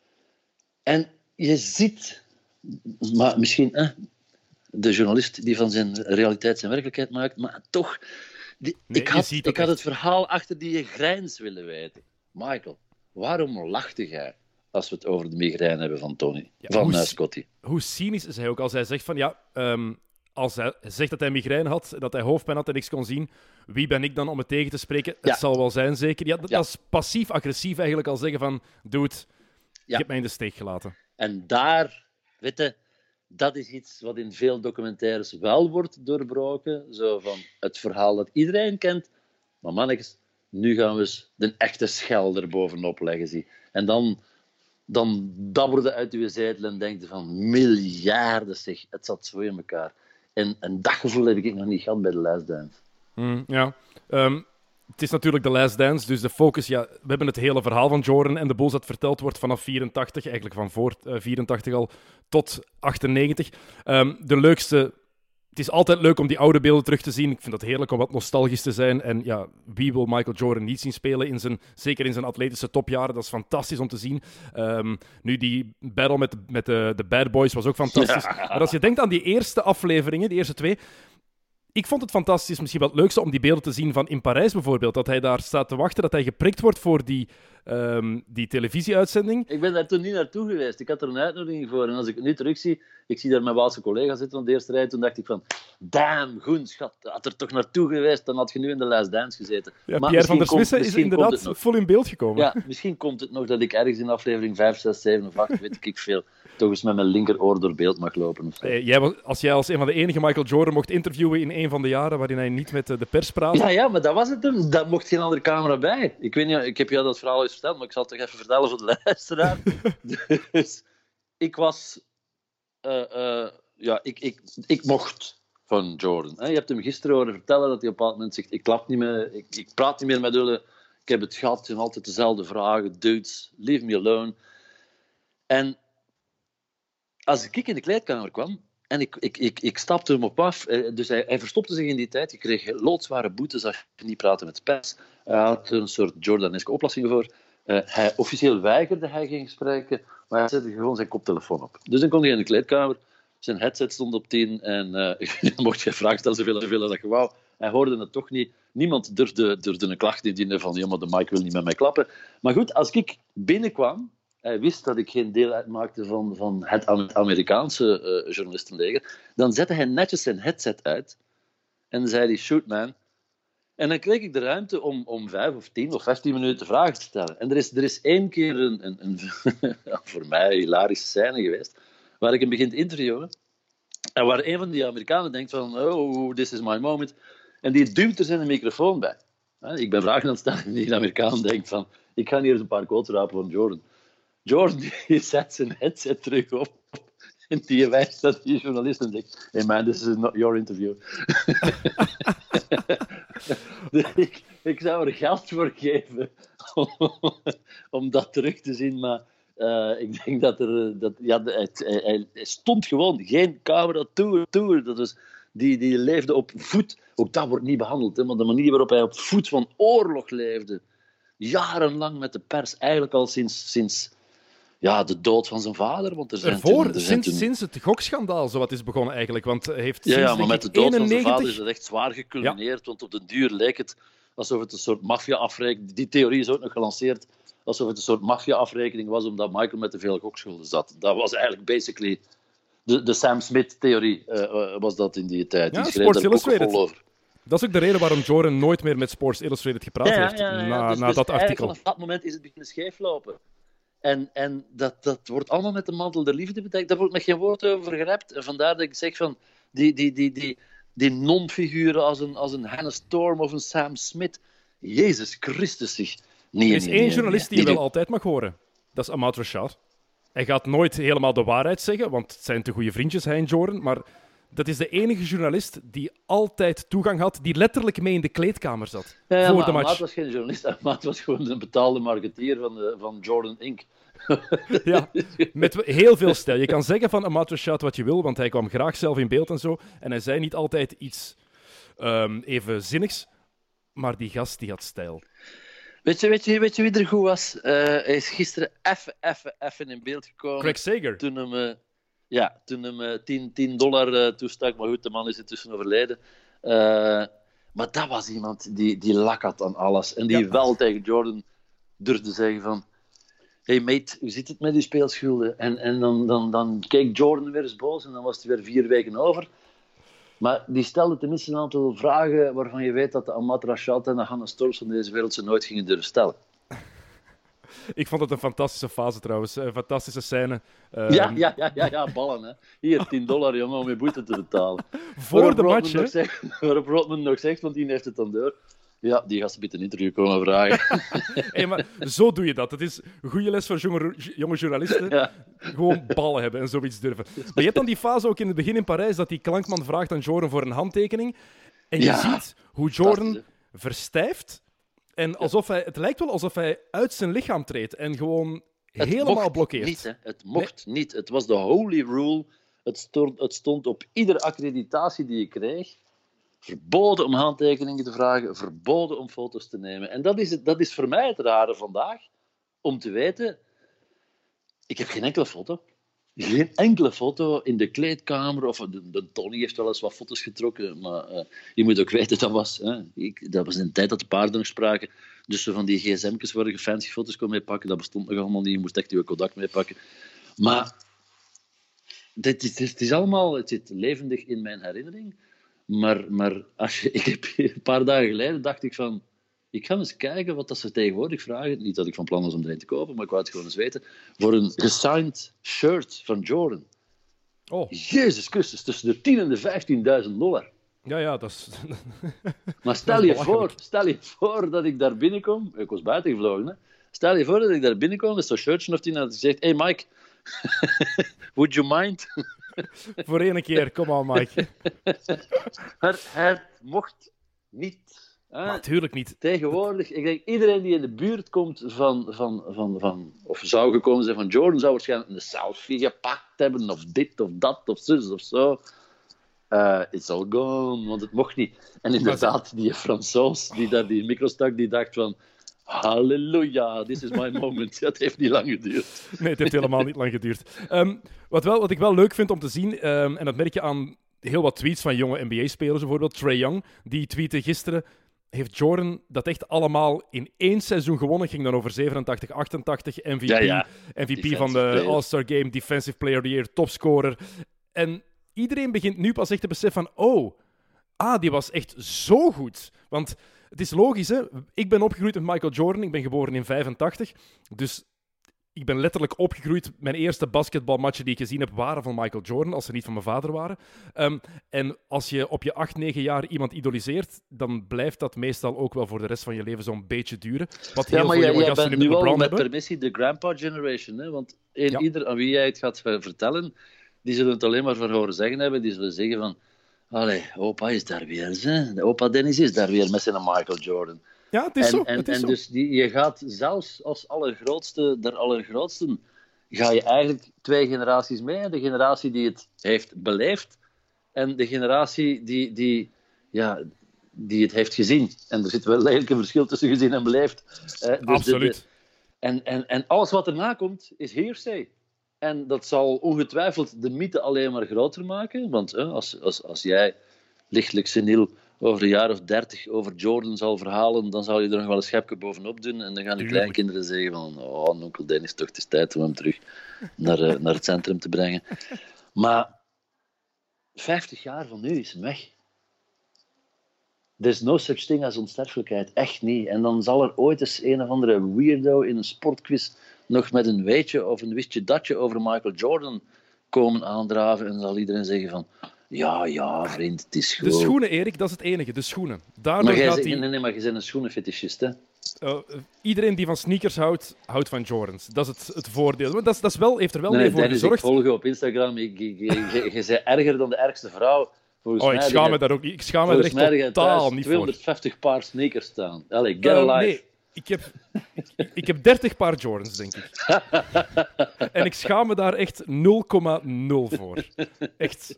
En je ziet, maar misschien de journalist die van zijn realiteit zijn werkelijkheid maakt, maar toch, ik had het verhaal achter die grijns willen weten. Michael, waarom lachte jij als we het over de migraine hebben van Tony, van Scotty? Hoe cynisch is hij ook als hij zegt van als hij zegt dat hij migraine had, dat hij hoofdpijn had en niks kon zien, wie ben ik dan om het tegen te spreken? Het zal wel zijn, zeker. Ja, dat is passief-agressief eigenlijk al zeggen van, dude, je hebt mij in de steek gelaten. En daar, weet je, dat is iets wat in veel documentaires wel wordt doorbroken. Zo van het verhaal dat iedereen kent. Maar mannetjes, nu gaan we eens de echte schel erbovenop leggen. Zie. En dan dabberde uit uw zetel en denkt van miljarden, zeg. Het zat zo in elkaar. En dat gevoel heb ik nog niet gehad bij de Last Dance. Het is natuurlijk The Last Dance, dus de focus... Ja, we hebben het hele verhaal van Jordan en de Bulls dat verteld wordt vanaf 84, eigenlijk van voor 84 al, tot 98. De leukste... Het is altijd leuk om die oude beelden terug te zien. Ik vind het heerlijk om wat nostalgisch te zijn. En ja, wie wil Michael Jordan niet zien spelen, zeker in zijn atletische topjaren? Dat is fantastisch om te zien. Nu, die battle met de Bad Boys was ook fantastisch. Ja. Maar als je denkt aan die eerste afleveringen, die eerste 2... Ik vond het fantastisch, misschien wel het leukste om die beelden te zien van in Parijs bijvoorbeeld. Dat hij daar staat te wachten, dat hij geprikt wordt voor die televisieuitzending. Ik ben daar toen niet naartoe geweest. Ik had er een uitnodiging voor. En als ik het nu terugzie, ik zie daar mijn Waalse collega zitten van de eerste rij. Toen dacht ik van, damn, Goens, had er toch naartoe geweest, dan had je nu in de Last Dance gezeten. Ja, maar Pierre van der Smissen is inderdaad vol in beeld gekomen. Ja, misschien komt het nog dat ik ergens in aflevering 5, 6, 7 of 8, weet ik veel, toch eens met mijn linkeroor door beeld mag lopen. Of zo. Als jij als een van de enige Michael Jordan mocht interviewen in een van de jaren waarin hij niet met de pers praatte. Ja, maar dat was het hem. Daar mocht geen andere camera bij. Ik weet niet, ik heb jou dat verhaal eens verteld, maar ik zal het toch even vertellen voor de luisteraar. Dus ik was... ik mocht van Jordan. Je hebt hem gisteren horen vertellen dat hij op een bepaald moment zegt, ik klap niet meer, ik praat niet meer met jullie, ik heb het gehad, het zijn altijd dezelfde vragen, dudes, leave me alone. En als ik in de kleedkamer kwam en ik stapte hem op af, dus hij verstopte zich in die tijd, je kreeg loodzware boetes als je niet praatte met de pers. Hij had een soort Jordaneske oplossingen voor. Officieel weigerde hij geen gesprekken, maar hij zette gewoon zijn koptelefoon op. Dus dan kon hij in de kleedkamer, zijn headset stond op 10 en mocht je vragen stellen zoveel als je wou. Hij hoorde het toch niet. Niemand durfde een klacht indienen van ja, maar de Mike wil niet met mij klappen. Maar goed, als ik binnenkwam, hij wist dat ik geen deel uitmaakte van het Amerikaanse journalistenleger, dan zette hij netjes zijn headset uit en zei hij, shoot man. En dan kreeg ik de ruimte om 5 of 10 of 15 minuten vragen te stellen. En er is 1 keer een voor mij hilarische scène geweest, waar ik hem begin te interviewen. En waar een van die Amerikanen denkt van, oh, this is my moment. En die duwt er zijn microfoon bij. Ik ben vragen aan het stellen en die Amerikaan denkt van, ik ga hier eens een paar quotes rapen van Jordan. Jordan die zet zijn headset terug op. En die wijst dat die journalist en zegt, hey man, this is not your interview. Ik zou er geld voor geven om dat terug te zien, maar ik denk hij stond gewoon geen camera tour. Dat was, die leefde op voet. Ook dat wordt niet behandeld, hè, maar de manier waarop hij op voet van oorlog leefde, jarenlang met de pers, eigenlijk al sinds de dood van zijn vader. Want Sinds het gokschandaal zo wat is begonnen eigenlijk. Want hij heeft maar met de dood van zijn vader is dat echt zwaar geculmineerd. Want op den duur leek het alsof het een soort maffia-afrekening... Die theorie is ook nog gelanceerd. Alsof het een soort maffia-afrekening was omdat Michael met te veel gokschulden zat. Dat was eigenlijk basically... De Sam Smith-theorie was dat in die tijd. Ja, die Sports Illustrated. Over. Dat is ook de reden waarom Jordan nooit meer met Sports Illustrated gepraat heeft. Na dat artikel. Vanaf dat moment is het beginnen scheeflopen. En dat wordt allemaal met de mantel der liefde bedekt. Daar wordt met geen woord over gerept. En vandaar dat ik zeg van... Die non-figuren als een Hannah Storm of een Sam Smith. Jezus Christus, zeg. Er is één journalist die je wel altijd mag horen. Dat is Ahmad Rashad. Hij gaat nooit helemaal de waarheid zeggen, want het zijn te goede vriendjes, hij en Jordan. Maar dat is de enige journalist die altijd toegang had, die letterlijk mee in de kleedkamer zat. Ja, voor de match. Ahmad was geen journalist. Ahmad was gewoon een betaalde marketeer van Jordan Inc. Ja, met heel veel stijl. Je kan zeggen van Ahmad Rashad wat je wil, want hij kwam graag zelf in beeld en zo. En hij zei niet altijd iets even zinnigs, maar die gast die had stijl. Weet je wie er goed was? Hij is gisteren even in beeld gekomen. Craig Sager. Toen hem $10 toestak, maar goed, de man is intussen overleden. Maar dat was iemand die lak had aan alles. En die wel tegen Jordan durfde zeggen van... Hey mate, hoe zit het met die speelschulden? En dan keek Jordan weer eens boos en dan was het weer 4 weken over. Maar die stelde tenminste een aantal vragen waarvan je weet dat de Ahmad Rashad en de Hannah Storms van deze wereld ze nooit gingen durven stellen. Ik vond het een fantastische fase trouwens. Een fantastische scène. Ja, ballen. Hè. Hier, $10 jongen, om je boete te betalen. Voor de match, hè? Waarop Rodman nog zegt, want die heeft het dan door. Ja, die gasten biedt een interview komen vragen. Hey, maar zo doe je dat. Het is een goede les voor jonge journalisten. Ja. Gewoon ballen hebben en zoiets durven. Maar je hebt dan die fase ook in het begin in Parijs, dat die klankman vraagt aan Jordan voor een handtekening. En je ziet hoe Jordan verstijft En het lijkt wel alsof hij uit zijn lichaam treedt en gewoon helemaal blokkeert. Niet, hè. Het mocht niet. Het was de holy rule. Het stond op iedere accreditatie die je kreeg. Verboden om handtekeningen te vragen, verboden om foto's te nemen. En dat is voor mij het rare vandaag, om te weten... Ik heb geen enkele foto. Geen enkele foto in de kleedkamer. Of de Tony heeft wel eens wat foto's getrokken. Maar je moet ook weten, dat was in de tijd dat de paarden nog spraken. Dus van die gsm'tjes waar je fancy foto's kon meepakken, dat bestond nog allemaal niet. Je moest echt je Kodak meepakken. Maar het is allemaal... Het zit levendig in mijn herinnering. Maar een paar dagen geleden dacht ik van... Ik ga eens kijken wat dat ze tegenwoordig vragen. Niet dat ik van plan was om erin te kopen, maar ik wou het gewoon eens weten. Voor een gesigned shirt van Jordan. Oh. Jezus Christus, tussen de $10,000 en $15,000. Ja, dat is... Maar stel je voor dat ik daar binnenkom. Ik was buiten gevlogen, hè. Stel je voor dat ik daar binnenkom, met zo'n shirtje of 10, en dat ik zeg: hey Mike, would you mind? Voor één keer, kom aan Mike. Het mocht niet. Natuurlijk niet. Tegenwoordig, ik denk iedereen die in de buurt komt van of zou gekomen zijn van Jordan, zou waarschijnlijk een selfie gepakt hebben, of dit of dat, of zus of zo. It's all gone, want het mocht niet. En inderdaad, die Fransoos die daar die micro stak, die dacht van... Halleluja, this is my moment. Dat heeft niet lang geduurd. Nee, het heeft helemaal niet lang geduurd. Wat ik wel leuk vind om te zien, en dat merk je aan heel wat tweets van jonge NBA-spelers, bijvoorbeeld Trae Young, die tweette gisteren: heeft Jordan dat echt allemaal in 1 seizoen gewonnen? Ging dan over 87, 88, MVP, Ja. MVP van de All-Star Game, Defensive Player of the Year, topscorer. En iedereen begint nu pas echt te beseffen van, die was echt zo goed. Want het is logisch, hè? Ik ben opgegroeid met Michael Jordan. Ik ben geboren in 85. Dus ik ben letterlijk opgegroeid. Mijn eerste basketbalmatchen die ik gezien heb, waren van Michael Jordan, als ze niet van mijn vader waren. En als je op je 8, 9 jaar iemand idoliseert, dan blijft dat meestal ook wel voor de rest van je leven zo'n beetje duren. Wat heel veel jonge gasten nu met LeBron hebben. Met permissie de grandpa generation, hè? Want ieder aan wie jij het gaat vertellen, die zullen het alleen maar van horen zeggen hebben. Die zullen zeggen van... Allee, opa is daar weer. Hè? Opa Dennis is daar weer met zijn Michael Jordan. Ja, het is zo. Dus je gaat zelfs als allergrootste, ga je eigenlijk 2 generaties mee. De generatie die het heeft beleefd en de generatie die het heeft gezien. En er zit wel eigenlijk een verschil tussen gezien en beleefd. Dus absoluut. En alles wat erna komt, is hearsay. En dat zal ongetwijfeld de mythe alleen maar groter maken. Want als jij lichtelijk seniel over een jaar of 30 over Jordan zal verhalen, dan zal je er nog wel een schepje bovenop doen. En dan gaan de kleinkinderen zeggen van... onkel Dennis, toch, het is tijd om hem terug naar het centrum te brengen. Maar 50 jaar van nu is hem weg. There's no such thing as onsterfelijkheid. Echt niet. En dan zal er ooit eens een of andere weirdo in een sportquiz nog met een weetje of een wistje datje over Michael Jordan komen aandraven. En dan zal iedereen zeggen van... Ja, vriend, het is goed. De schoenen, Erik, dat is het enige. De schoenen. Maar je bent een schoenenfetischist, hè? Iedereen die van sneakers houdt van Jordans. Dat is het voordeel. Dat heeft er wel mee voor gezorgd. Ik volg je op Instagram. Je bent erger dan de ergste vrouw. Ik schaam me daar ook niet. Ik schaam me er echt totaal niet voor. 250 paar sneakers staan. Allee, get a life. Nee. Ik heb 30 paar Jordans, denk ik. En ik schaam me daar echt 0,0 voor. Echt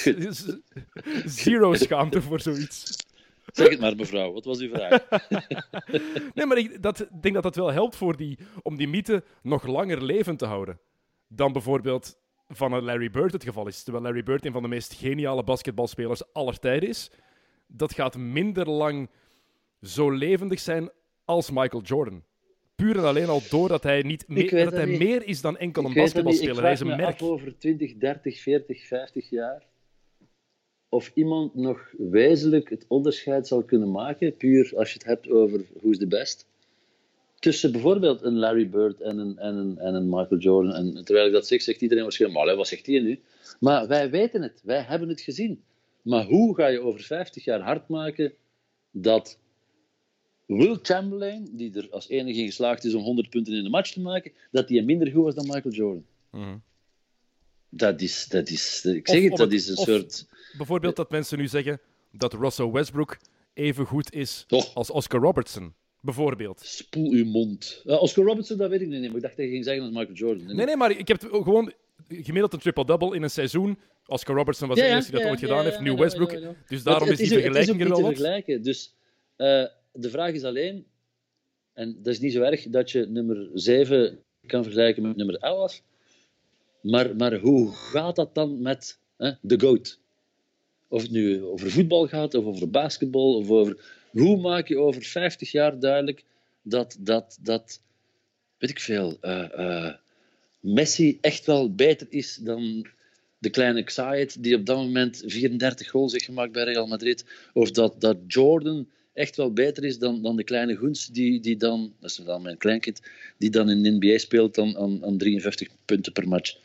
zero schaamte voor zoiets. Zeg het maar, mevrouw. Wat was uw vraag? Nee, maar ik denk dat dat wel helpt om die mythe nog langer levend te houden. Dan bijvoorbeeld van een Larry Bird het geval is. Terwijl Larry Bird een van de meest geniale basketbalspelers aller tijden is. Dat gaat minder lang zo levendig zijn als Michael Jordan. Puur en alleen al doordat hij meer is dan enkel een basketbalspeler. Hij is een merk. Ik vraag me af over 20, 30, 40, 50 jaar of iemand nog wezenlijk het onderscheid zal kunnen maken, puur als je het hebt over who's the best, tussen bijvoorbeeld een Larry Bird en een Michael Jordan. En terwijl ik dat zeg, zegt iedereen waarschijnlijk, maar wat zegt hij nu? Maar wij weten het, wij hebben het gezien. Maar hoe ga je over 50 jaar hard maken dat Will Chamberlain, die er als enige in geslaagd is om 100 punten in een match te maken, dat hij minder goed was dan Michael Jordan? Mm-hmm. Dat is een soort... Bijvoorbeeld dat mensen nu zeggen dat Russell Westbrook even goed is als Oscar Robertson. Bijvoorbeeld. Spoel uw mond. Oscar Robertson, dat weet ik niet. Maar ik dacht dat je ging zeggen als Michael Jordan. Nee, maar ik heb gewoon gemiddeld een triple-double in een seizoen. Oscar Robertson was de eerste die dat ooit gedaan heeft. Nu Westbrook. Ja. Dus daarom is die vergelijking er wel wat. Vergelijken. Dus de vraag is alleen... En dat is niet zo erg dat je nummer 7 kan vergelijken met nummer 11. Maar hoe gaat dat dan met de GOAT? Of het nu over voetbal gaat, of over basketbal, of over... Hoe maak je over 50 jaar duidelijk dat weet ik veel, Messi echt wel beter is dan de kleine Xayet, die op dat moment 34 goals heeft gemaakt bij Real Madrid, of dat Jordan echt wel beter is dan de kleine Goens, die dan, dat is dan mijn kleinkind, die dan in de NBA speelt aan 53 punten per match.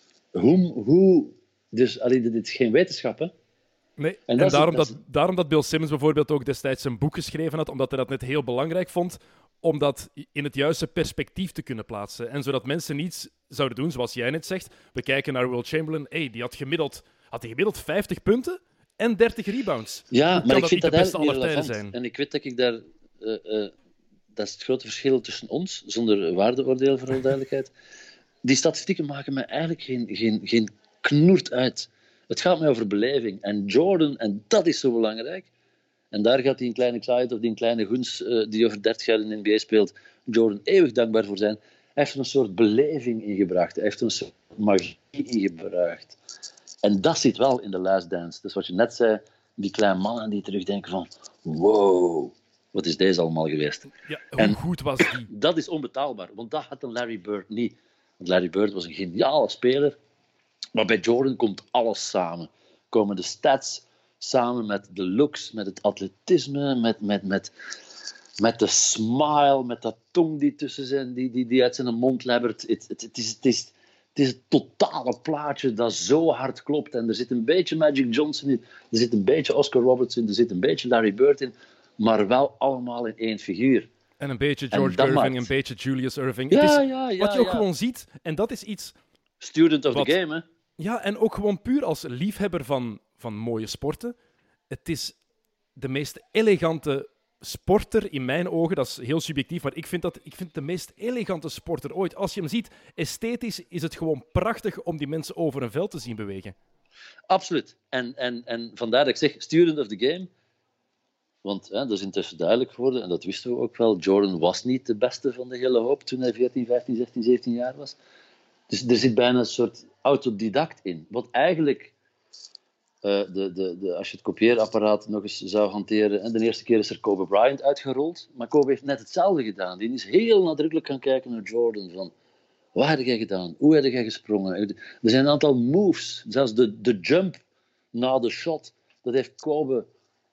Dus dit is geen wetenschap, hè? Nee, en daarom dat Bill Simmons bijvoorbeeld ook destijds een boek geschreven had, omdat hij dat net heel belangrijk vond, om dat in het juiste perspectief te kunnen plaatsen. En zodat mensen niets zouden doen, zoals jij net zegt. We kijken naar Will Chamberlain. Die had gemiddeld 50 punten en 30 rebounds. Ja, maar ik vind dat beste eigenlijk aller niet tijden relevant. zijn. En ik weet dat ik daar... dat is het grote verschil tussen ons, zonder waardeoordeel voor alle duidelijkheid. Die statistieken maken mij eigenlijk geen knoert uit. Het gaat mij over beleving. En Jordan, en dat is zo belangrijk. En daar gaat die een kleine Xayet of die een kleine Goens die over 30 jaar in de NBA speelt, Jordan eeuwig dankbaar voor zijn. Hij heeft er een soort beleving ingebracht. Hij heeft er een soort magie ingebracht. En dat zit wel in de Last Dance. Dus wat je net zei, die kleine mannen die terugdenken van wow, wat is deze allemaal geweest? Ja, hoe goed was die? Dat is onbetaalbaar, want dat had een Larry Bird niet. Want Larry Bird was een geniale speler. Maar bij Jordan komt alles samen. Komen de stats samen met de looks, met het atletisme, met de smile, met dat tong die tussen zijn, die uit zijn mond lebbert. Het is het totale plaatje dat zo hard klopt. En er zit een beetje Magic Johnson in, er zit een beetje Oscar Robertson in, er zit een beetje Larry Bird in, maar wel allemaal in één figuur. En een beetje George Irving, een beetje Julius Irving. Wat je ook gewoon ziet, en dat is iets... Student of the game, hè? Ja, en ook gewoon puur als liefhebber van mooie sporten. Het is de meest elegante sporter in mijn ogen. Dat is heel subjectief, maar ik vind het de meest elegante sporter ooit. Als je hem ziet, esthetisch is het gewoon prachtig om die mensen over een veld te zien bewegen. Absoluut. En vandaar dat ik zeg student of the game. Want dat is intussen duidelijk geworden, en dat wisten we ook wel. Jordan was niet de beste van de hele hoop toen hij 14, 15, 16, 17 jaar was. Dus er zit bijna een soort autodidact in. Wat eigenlijk, als je het kopieerapparaat nog eens zou hanteren... En de eerste keer is er Kobe Bryant uitgerold. Maar Kobe heeft net hetzelfde gedaan. Die is heel nadrukkelijk gaan kijken naar Jordan. Van, wat heb jij gedaan? Hoe heb jij gesprongen? Er zijn een aantal moves. Zelfs de jump na de shot. Dat heeft Kobe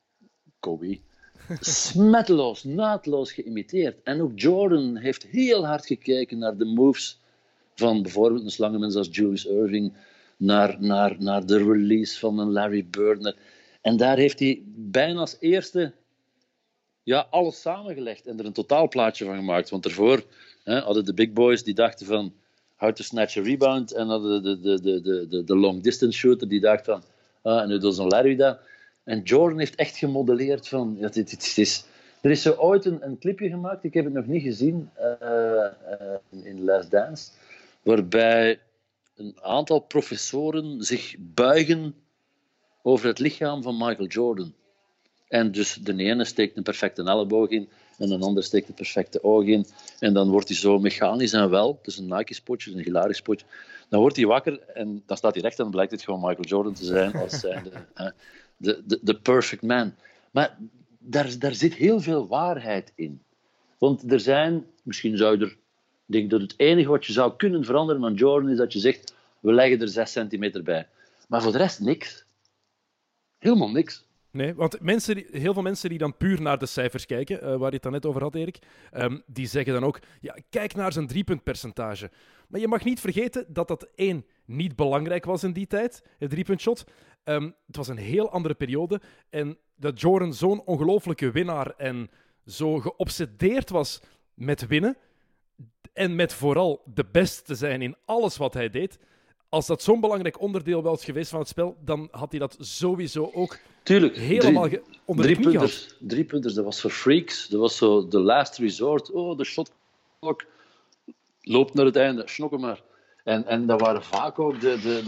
smetteloos, naadloos geïmiteerd. En ook Jordan heeft heel hard gekeken naar de moves van bijvoorbeeld een slangenmens als Julius Irving, naar de release van een Larry Bird. En daar heeft hij bijna als eerste alles samengelegd en er een totaalplaatje van gemaakt. Want daarvoor hadden de big boys die dachten van how to snatch a rebound, en hadden de long distance shooter die dacht van en nu doet zo'n Larry dat. En Jordan heeft echt gemodelleerd van... Er is zo ooit een clipje gemaakt, ik heb het nog niet gezien, in Last Dance, waarbij een aantal professoren zich buigen over het lichaam van Michael Jordan. En dus de ene steekt een perfecte elleboog in, en een ander steekt een perfecte oog in. En dan wordt hij zo mechanisch en wel, het is een Nike-spotje, een hilarisch spotje. Dan wordt hij wakker en dan staat hij recht en dan blijkt het gewoon Michael Jordan te zijn als de perfect man. Maar daar zit heel veel waarheid in. Want er zijn, misschien zou er... Ik denk dat het enige wat je zou kunnen veranderen aan Jordan is dat je zegt, we leggen er 6 centimeter bij. Maar voor de rest niks. Helemaal niks. Nee, want heel veel mensen die dan puur naar de cijfers kijken, waar je het dan net over had, Erik, die zeggen dan ook, kijk naar zijn driepuntpercentage. Maar je mag niet vergeten dat dat niet belangrijk was in die tijd, het driepuntshot. Het was een heel andere periode. En dat Jordan zo'n ongelofelijke winnaar en zo geobsedeerd was met winnen, en met vooral de beste te zijn in alles wat hij deed, als dat zo'n belangrijk onderdeel was geweest van het spel, dan had hij dat sowieso ook Tuurlijk. helemaal onder de knie gehad. 3 punters, dat was voor freaks. Dat was zo de last resort. Oh, de shotklok loopt naar het einde, snokken maar. En dat waren vaak ook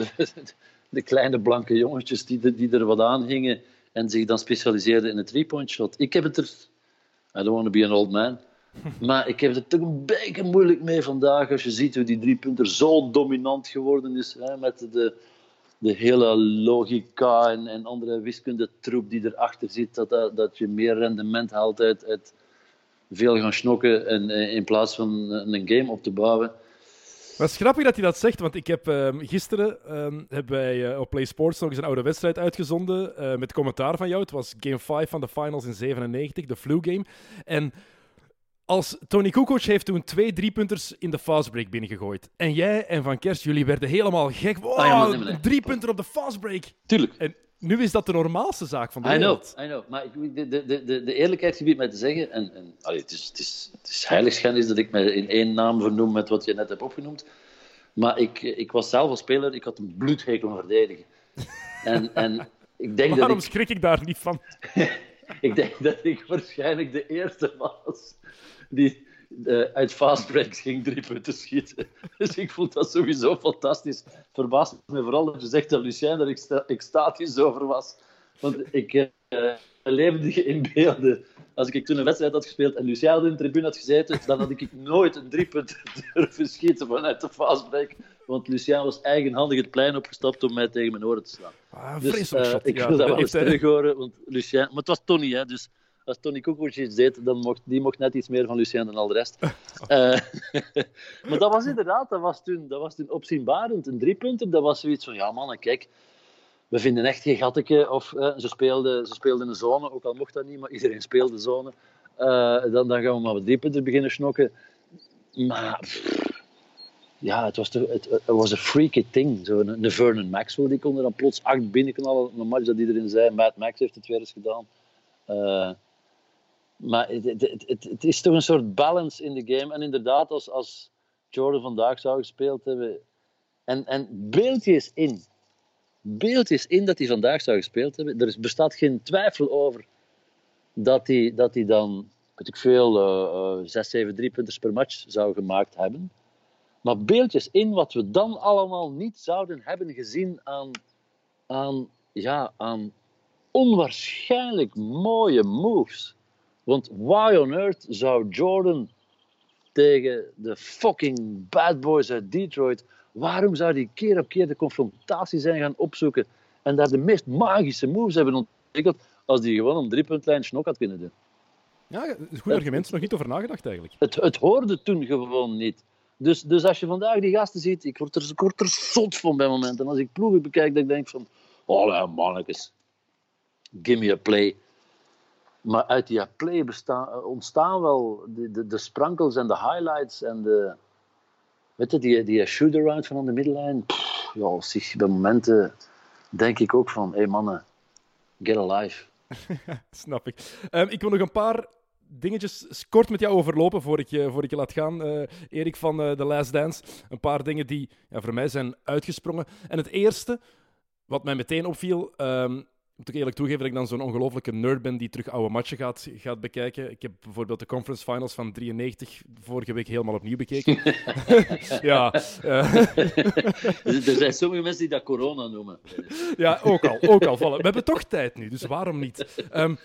de kleine blanke jongetjes die er wat aan hingen en zich dan specialiseerden in een 3-point shot. Ik heb het er... I don't want to be an old man. Maar ik heb het er toch een beetje moeilijk mee vandaag, als je ziet hoe die 3-punter zo dominant geworden is, hè, met de hele logica en andere wiskundetroep die erachter zit, dat je meer rendement haalt uit veel gaan snokken in plaats van een game op te bouwen. Maar het is grappig dat hij dat zegt, want ik heb gisteren hebben wij op Play Sports nog eens een oude wedstrijd uitgezonden met commentaar van jou. Het was Game 5 van de finals in 97, de flu game. En als Tony Kukoc heeft toen 2 3-punters in de fastbreak binnengegooid. En jij en Van Kers, jullie werden helemaal gek. Wow, een 3-punter op de fastbreak. Tuurlijk. En nu is dat de normaalste zaak van de wereld. I know. Maar de eerlijkheid gebiedt mij te zeggen, en het is heiligschennis dat ik mij in één naam vernoem met wat je net hebt opgenoemd, maar ik was zelf als speler, ik had een bloedhekel aan verdedigen. En ik denk waarom schrik ik daar niet van? Ik denk dat ik waarschijnlijk de eerste was die uit fastbreaks ging 3 punten schieten. Dus ik vond dat sowieso fantastisch. Verbaast me vooral dat je zegt dat Lucien er extatisch over was. Want ik levendige inbeelden. Als ik toen een wedstrijd had gespeeld en Lucien in de tribune had gezeten, dan had ik nooit een 3-punter durven schieten vanuit de fastbreak. Want Lucien was eigenhandig het plein opgestapt om mij tegen mijn oren te slaan. Dus, ik wil dat wel eens terug horen. Want Lucien... Maar het was Tony, hè, dus als Tony Kukoc iets deed, dan mocht net iets meer van Lucien dan al de rest. Maar dat was inderdaad, dat was toen opzienbarend. Een 3-punter, dat was zoiets van, ja mannen, kijk, we vinden echt geen gatteke. Of ze speelden een zone, ook al mocht dat niet, maar iedereen speelde zone. Dan gaan we maar met 3-punter beginnen snokken. Maar ja, het was een freaky thing. Een Vernon Maxwell, die kon er dan plots 8 binnenknallen. Een match dat iedereen zei, Matt Max heeft het weer eens gedaan. Maar het is toch een soort balance in de game. En inderdaad, als Jordan vandaag zou gespeeld hebben... En beeld je eens in dat hij vandaag zou gespeeld hebben. Er bestaat geen twijfel over dat hij dan, weet ik veel, 6, 7 3-punters per match zou gemaakt hebben. Maar beeld je eens in wat we dan allemaal niet zouden hebben gezien aan onwaarschijnlijk mooie moves. Want why on earth zou Jordan tegen de fucking bad boys uit Detroit, waarom zou die keer op keer de confrontatie zijn gaan opzoeken en daar de meest magische moves hebben ontwikkeld als die gewoon een 3-puntlijn snok had kunnen doen? Ja, een goed argument, is nog niet over nagedacht eigenlijk. Het hoorde toen gewoon niet. Dus als je vandaag die gasten ziet, ik word er zot van bij momenten. En als ik ploegen bekijk, dan denk ik van, oh mannetjes, give me a play. Maar uit die play ontstaan wel de sprankels en de highlights en de... Weet je, die shoot-around van aan de middenlijn. Ja, bij momenten denk ik ook van, hey mannen, get alive. Snap ik. Ik wil nog een paar dingetjes kort met jou overlopen voor ik je laat gaan, Erik van The Last Dance. Een paar dingen die voor mij zijn uitgesprongen. En het eerste, wat mij meteen opviel... moet ik eerlijk toegeven dat ik dan zo'n ongelofelijke nerd ben die terug oude matchen gaat bekijken. Ik heb bijvoorbeeld de conference finals van 93 vorige week helemaal opnieuw bekeken. Ja. Er zijn sommige mensen die dat corona noemen. Ja, ook al. Vallen. We hebben toch tijd nu, dus waarom niet?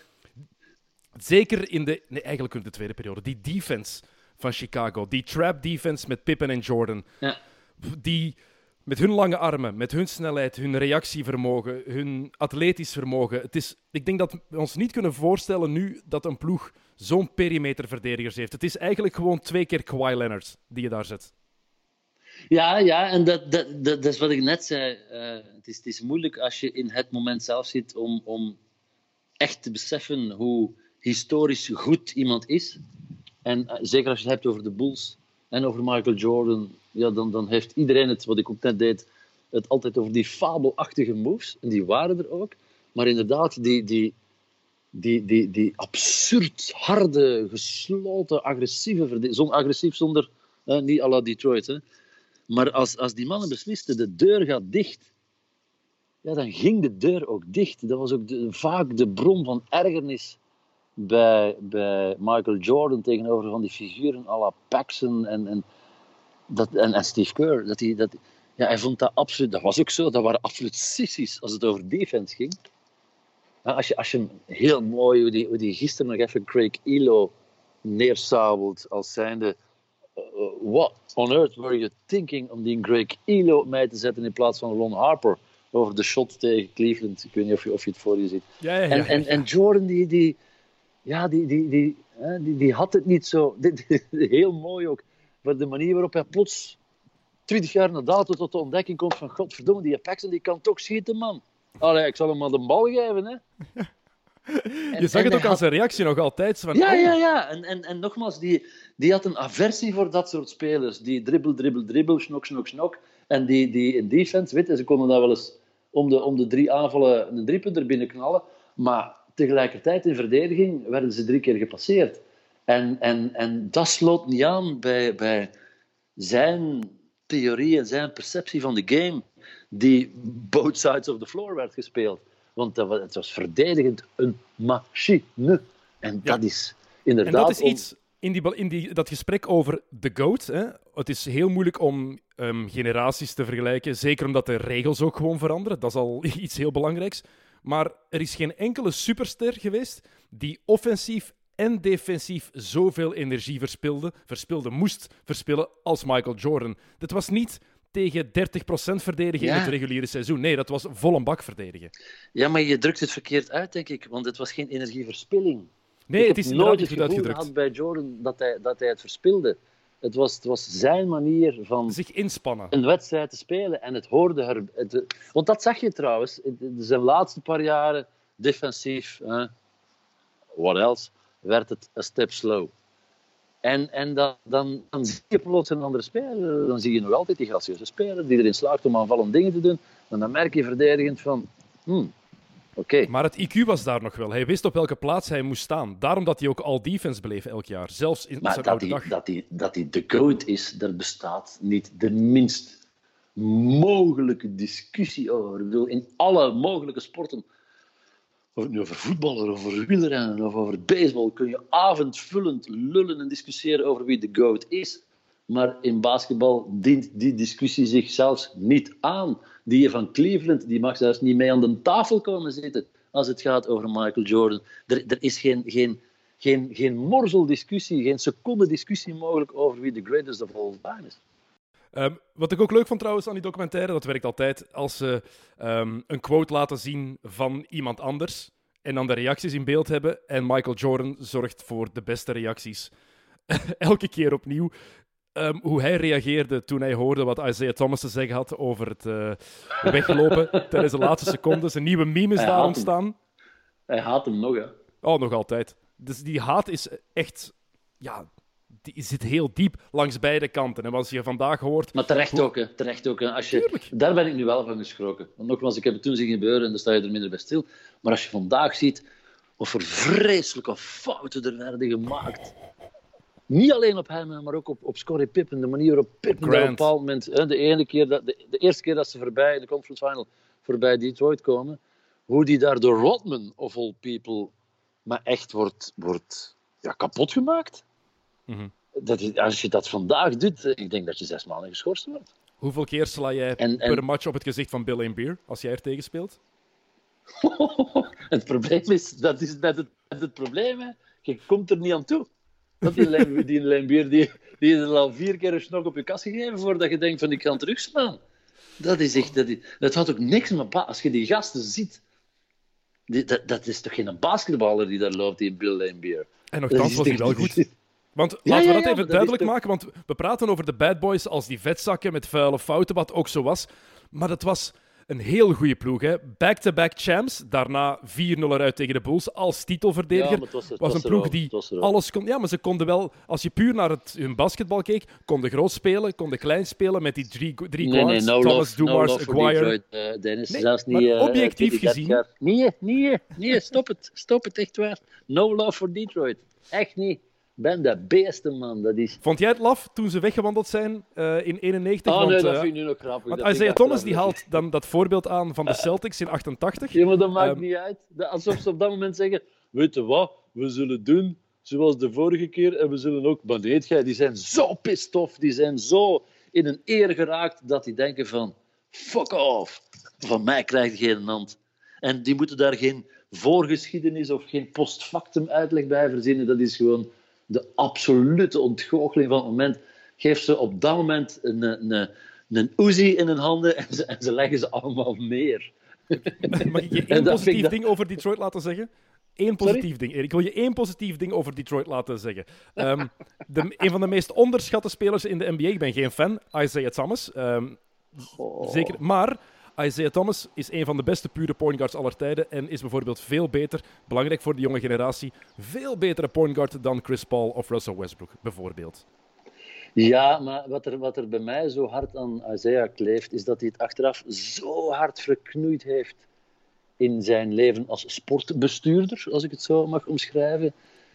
Zeker in eigenlijk in de tweede periode. Die defense van Chicago. Die trap defense met Pippen en Jordan. Ja. Die... Met hun lange armen, met hun snelheid, hun reactievermogen, hun atletisch vermogen. Ik denk dat we ons niet kunnen voorstellen nu dat een ploeg zo'n perimeterverdedigers heeft. Het is eigenlijk gewoon 2 keer Kawhi Leonard die je daar zet. Ja, en dat is wat ik net zei. Het is moeilijk als je in het moment zelf zit om echt te beseffen hoe historisch goed iemand is. En zeker als je het hebt over de Bulls en over Michael Jordan... Ja, dan heeft iedereen het, wat ik ook net deed, het altijd over die fabelachtige moves. En die waren er ook. Maar inderdaad, die absurd harde, gesloten, agressieve verdediging. Agressief zonder, niet à la Detroit, hè. Maar als die mannen beslisten, de deur gaat dicht, ja, dan ging de deur ook dicht. Dat was ook vaak de bron van ergernis bij Michael Jordan tegenover van die figuren à la Paxson en Steve Kerr. Hij vond dat absoluut, dat was ook zo, dat waren absoluut sissies als het over defense ging. Ja, als je heel mooi, hoe die gisteren nog even Craig Elo neersabelt als zijnde what on earth were you thinking om die Craig Elo op mij te zetten in plaats van Ron Harper over de shot tegen Cleveland. Ik weet niet of je het voor je ziet. Ja. En Jordan die had het niet zo. Heel mooi ook. Maar de manier waarop hij plots 20 jaar na dato tot de ontdekking komt van godverdomme, die Paxson die kan toch schieten, man. Allee, ik zal hem maar de bal geven, hè. Je zag het ook aan zijn reactie nog altijd. Van, Ja. En nogmaals, die had een aversie voor dat soort spelers. Die dribbel, snok. En die in defense, weet je, ze konden daar wel eens om de 3 aanvallen een driepunter binnenknallen. Maar tegelijkertijd in verdediging werden ze 3 keer gepasseerd. En dat sloot niet aan bij zijn theorie en zijn perceptie van de game, die both sides of the floor werd gespeeld. Want het was verdedigend een machine. En dat is inderdaad... En dat is iets in dat gesprek over The GOAT. Hè? Het is heel moeilijk om generaties te vergelijken. Zeker omdat de regels ook gewoon veranderen. Dat is al iets heel belangrijks. Maar er is geen enkele superster geweest die offensief en defensief zoveel energie moest verspillen als Michael Jordan. Dat was niet tegen 30% verdedigen in het reguliere seizoen. Nee, dat was vol een bak verdedigen. Ja, maar je drukt het verkeerd uit, denk ik. Want het was geen energieverspilling. Nee, het is nooit het goed gevoel uitgedrukt. gehad bij Jordan dat hij het verspilde. Het was zijn manier van zich inspannen. Een wedstrijd te spelen. En het hoorde er... Want dat zag je trouwens. Zijn laatste paar jaren defensief. What else? Werd het een step slow. En dan zie je plots een andere speler. Dan zie je nog altijd die gracieuze speler die erin slaagt om aanvallende dingen te doen. En dan merk je verdedigend van... Oké. Maar het IQ was daar nog wel. Hij wist op welke plaats hij moest staan. Daarom dat hij ook al defense bleef elk jaar. Zelfs in zijn oude dag. Dat hij de GOAT is, daar bestaat niet de minst mogelijke discussie over. Ik bedoel, in alle mogelijke sporten... Of het nu over voetballen, of over wielrennen, of over baseball, kun je avondvullend lullen en discussiëren over wie de GOAT is. Maar in basketbal dient die discussie zich zelfs niet aan. Die van Cleveland, die mag zelfs niet mee aan de tafel komen zitten als het gaat over Michael Jordan. Er is geen morzeldiscussie, geen seconde discussie mogelijk over wie de greatest of all time is. Wat ik ook leuk vond trouwens aan die documentaire, dat werkt altijd als ze een quote laten zien van iemand anders en dan de reacties in beeld hebben. En Michael Jordan zorgt voor de beste reacties. Elke keer opnieuw. Hoe hij reageerde toen hij hoorde wat Isaiah Thomas te zeggen had over het weglopen tijdens de laatste secondes. Een nieuwe meme is daar ontstaan. Hij haat hem nog, hè? Oh, nog altijd. Dus die haat is echt... Ja, die zit heel diep langs beide kanten. En als je vandaag hoort... Maar terecht ook, hè. Terecht ook, hè. Daar ben ik nu wel van geschrokken. Want nogmaals, ik heb het toen zien gebeuren en daar sta je er minder bij stil. Maar als je vandaag ziet of er vreselijke fouten er werden gemaakt... Niet alleen op hem, maar ook op Scottie Pippen. De manier waarop Pippen op een bepaald moment... De eerste keer dat ze voorbij de conference final voorbij Detroit komen, hoe die daar door Rodman, of all people, maar echt wordt kapot gemaakt. Mm-hmm. Als je dat vandaag doet, ik denk dat je 6 maanden geschorst wordt. Hoeveel keer sla jij per match op het gezicht van Bill Laimbeer als jij er tegen speelt? Het probleem is, dat is net het probleem. Hè. Je komt er niet aan toe. Dat die Laimbeer, die is er al 4 keer een snok op je kast gegeven voordat je denkt van ik ga terugslaan. Dat is echt... Dat had ook niks met... Als je die gasten ziet... Dat is toch geen basketballer die daar loopt, die Bill Laimbeer. En nogthans was hij wel goed. Want laten we dat even duidelijk maken, want we praten over de bad boys als die vetzakken met vuile fouten, wat ook zo was. Maar dat was een heel goede ploeg, hè. Back-to-back champs, daarna 4-0 eruit tegen de Bulls als titelverdediger. Ja, was een ploeg die alles kon... Ja, maar ze konden wel... Als je puur naar hun basketbal keek, konden groot spelen, konden klein spelen met die drie guards. Thomas, Dumars, Aguirre. Dennis, zelfs niet, maar objectief gezien... Nee, stop het echt waar. No love for Detroit. Echt niet. ben de beste, man. Dat is... Vond jij het laf toen ze weggewandeld zijn in 91? Oh want, nee, dat vind ik nu nog grappig. Want Dat vind Isaiah ik Thomas die achteraf haalt dan dat voorbeeld aan van de Celtics in 88. Ja, maar dat maakt niet uit. Alsof ze op dat moment zeggen, weet je wat, we zullen doen zoals de vorige keer en we zullen ook... Maar nee, die zijn zo pissed off, die zijn zo in een eer geraakt dat die denken van, fuck off, van mij krijg je geen hand. En die moeten daar geen voorgeschiedenis of geen postfactum uitleg bij verzinnen. Dat is gewoon de absolute ontgoocheling van het moment. Geef ze op dat moment een Uzi in hun handen en ze leggen ze allemaal neer. Mag ik je één positief ding over Detroit laten zeggen? Eén positief ding, Erik. Ik wil je één positief ding over Detroit laten zeggen. Een van de meest onderschatte spelers in de NBA, ik ben geen fan, Isaiah Thomas. Zeker, maar Isaiah Thomas is een van de beste pure point guards aller tijden en is bijvoorbeeld veel beter, belangrijk voor de jonge generatie, veel betere point guard dan Chris Paul of Russell Westbrook, bijvoorbeeld. Ja, maar wat er bij mij zo hard aan Isaiah kleeft, is dat hij het achteraf zo hard verknoeid heeft in zijn leven als sportbestuurder, als ik het zo mag omschrijven,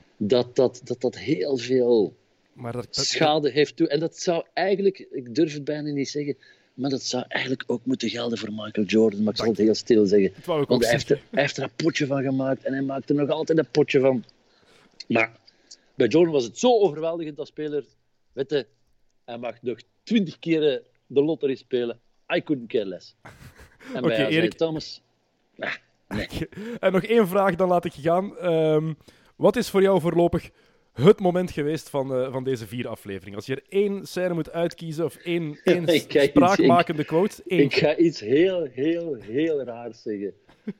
dat heel veel schade heeft toe. En dat zou eigenlijk, ik durf het bijna niet zeggen, maar dat zou eigenlijk ook moeten gelden voor Michael Jordan. Maar ik zal het heel stil zeggen. Want hij heeft er een potje van gemaakt en hij maakt er nog altijd een potje van. Maar bij Jordan was het zo overweldigend als speler. Weet je, hij mag nog 20 keer de lottery spelen. I couldn't care less. En bij Isaiah Thomas... nee. En nog één vraag, dan laat ik je gaan. Wat is voor jou voorlopig het moment geweest van deze 4 afleveringen? Als je er één scène moet uitkiezen of één spraakmakende quote. Ik ga iets heel, heel, heel raars zeggen.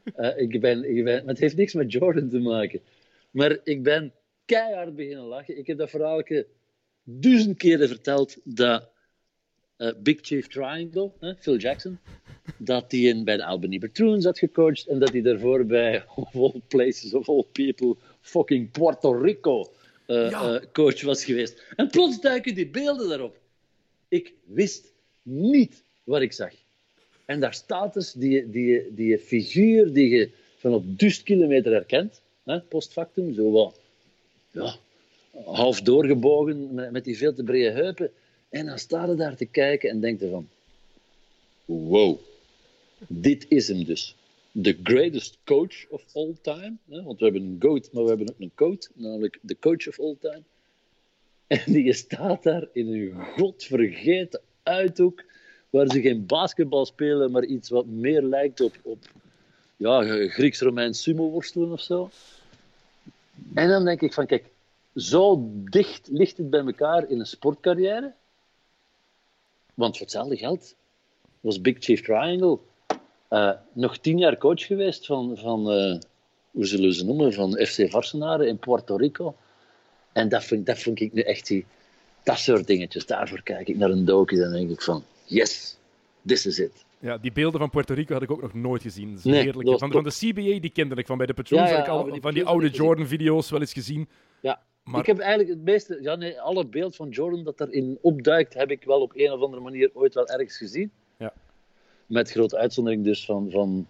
Maar het heeft niks met Jordan te maken. Maar ik ben keihard beginnen lachen. Ik heb dat verhaal 1000 keren verteld dat Big Chief Triangle, Phil Jackson, dat hij bij de Albany Patroons had gecoacht en dat hij daarvoor bij of all places, of all people, fucking Puerto Rico coach was geweest. En plots duiken die beelden daarop. Ik wist niet wat ik zag. En daar staat dus die figuur die je van op 1000 kilometer herkent, postfactum, zo wat, ja, half doorgebogen met die veel te brede heupen. En dan sta je daar te kijken en denk je van, wow, dit is hem dus. The greatest coach of all time. Want we hebben een GOAT, maar we hebben ook een coach, namelijk de coach of all time. En die staat daar in een godvergeten uithoek, waar ze geen basketbal spelen, maar iets wat meer lijkt op Grieks-Romeins sumo-worstelen of zo. En dan denk ik van, kijk, zo dicht ligt het bij elkaar in een sportcarrière. Want voor hetzelfde geld was Big Chief Triangle nog 10 jaar coach geweest van hoe zullen we ze noemen, van FC Varsenaren in Puerto Rico. En dat vond ik nu echt dat soort dingetjes. Daarvoor kijk ik naar een docu en dan denk ik van, yes, this is it. Ja, die beelden van Puerto Rico had ik ook nog nooit gezien. Dat is nee, heerlijk. Van de CBA, die kende ik. Van bij de Patrons had ik al van die oude Jordan-video's wel eens gezien. Ja, maar... ik heb eigenlijk het meeste... alle beeld van Jordan dat erin opduikt, heb ik wel op een of andere manier ooit wel ergens gezien. Ja. Met grote uitzondering dus van...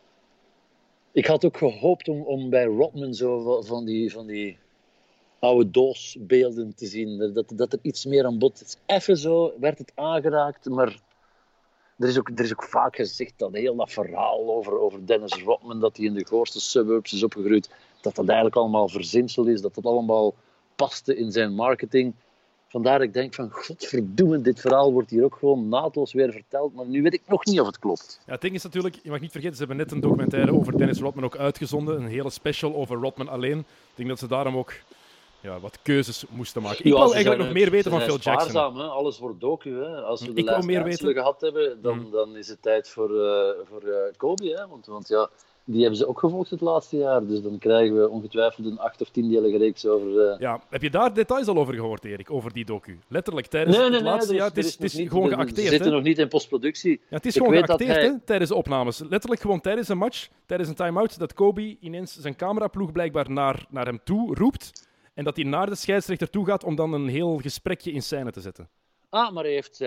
Ik had ook gehoopt om bij Rodman zo van die oude doosbeelden te zien. Dat er iets meer aan bod is. Even zo werd het aangeraakt, maar... Er is ook vaak gezegd dat heel dat verhaal over Dennis Rodman, dat hij in de goorste suburbs is opgegroeid, dat eigenlijk allemaal verzinsel is, dat allemaal paste in zijn marketing. Vandaar dat ik denk van, godverdomme, dit verhaal wordt hier ook gewoon naadloos weer verteld, maar nu weet ik nog niet of het klopt. Ja, het ding is natuurlijk, je mag niet vergeten, ze hebben net een documentaire over Dennis Rodman ook uitgezonden, een hele special over Rodman alleen. Ik denk dat ze daarom ook... wat keuzes moesten maken. Ik wil eigenlijk nog meer weten van Phil Jackson. Spaarzaam, hè? Alles wordt docu. Hè? Als we de laatste gehad hebben, dan is het tijd voor Kobe. Hè? Want die hebben ze ook gevolgd het laatste jaar. Dus dan krijgen we ongetwijfeld een 8 of 10-delige reeks over... Ja, heb je daar details al over gehoord, Erik? Over die docu? Letterlijk tijdens het laatste jaar. Het is gewoon geacteerd. Ze zitten nog niet in postproductie. Ja, het is gewoon geacteerd tijdens de opnames. Letterlijk gewoon tijdens een match, tijdens een time-out, dat Kobe ineens zijn cameraploeg blijkbaar naar hem toe roept. En dat hij naar de scheidsrechter toe gaat om dan een heel gesprekje in scène te zetten. Maar hij heeft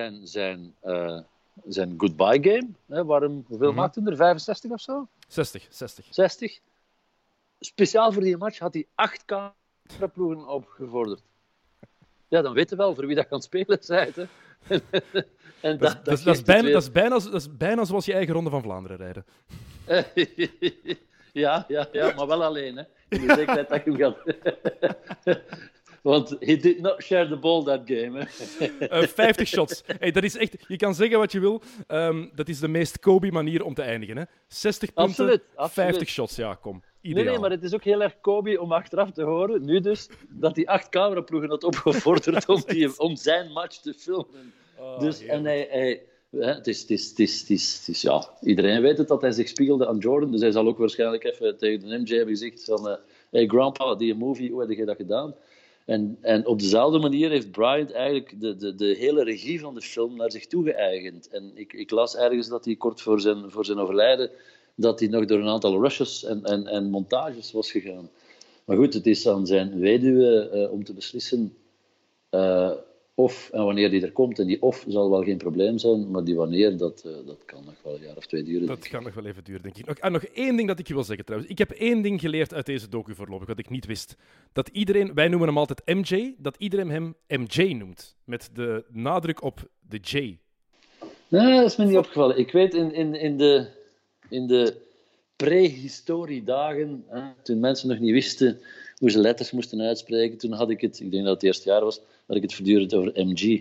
zijn goodbye game. Hè, hoeveel maakte hij er? 65 of zo? 60. Speciaal voor die match had hij 8 cameraploegen opgevorderd. ja, dan weet je wel voor wie dat kan spelen zijt. Hè. En Dat is bijna zoals je eigen Ronde van Vlaanderen rijden. Ja, maar wel alleen. Hè. In de zekerheid dat je hem gaat... Want he did not share the ball that game. Hè. 50 shots. Hey, dat is echt... Je kan zeggen wat je wil. Dat is de meest Kobe-manier om te eindigen. Hè. 60 punten, Absoluut. 50 shots. Ja, kom. Ideaal. Nee, maar het is ook heel erg Kobe om achteraf te horen, nu dus, dat hij 8 cameraploegen had opgevorderd om zijn match te filmen. Dus, en het is, ja, iedereen weet het dat hij zich spiegelde aan Jordan, dus hij zal ook waarschijnlijk even tegen de MJ hebben gezegd van hey grandpa, die movie, hoe heb je dat gedaan? En op dezelfde manier heeft Bryant eigenlijk de hele regie van de film naar zich toe geëigend. En ik las ergens dat hij kort voor zijn overlijden, dat hij nog door een aantal rushes en montages was gegaan. Maar goed, het is aan zijn weduwe om te beslissen of en wanneer die er komt. En die of zal wel geen probleem zijn, maar die wanneer, dat kan nog wel een jaar of 2 duren. Dat gaat nog wel even duren, denk ik. Nog één ding dat ik je wil zeggen trouwens. Ik heb één ding geleerd uit deze docu voorlopig, wat ik niet wist. Dat iedereen, wij noemen hem altijd MJ, dat iedereen hem MJ noemt. Met de nadruk op de J. Nee, dat is me niet opgevallen. Ik weet in de prehistoriedagen, toen mensen nog niet wisten hoe ze letters moesten uitspreken, toen had ik het, ik denk dat het eerste jaar was, had ik het voortdurend over MG.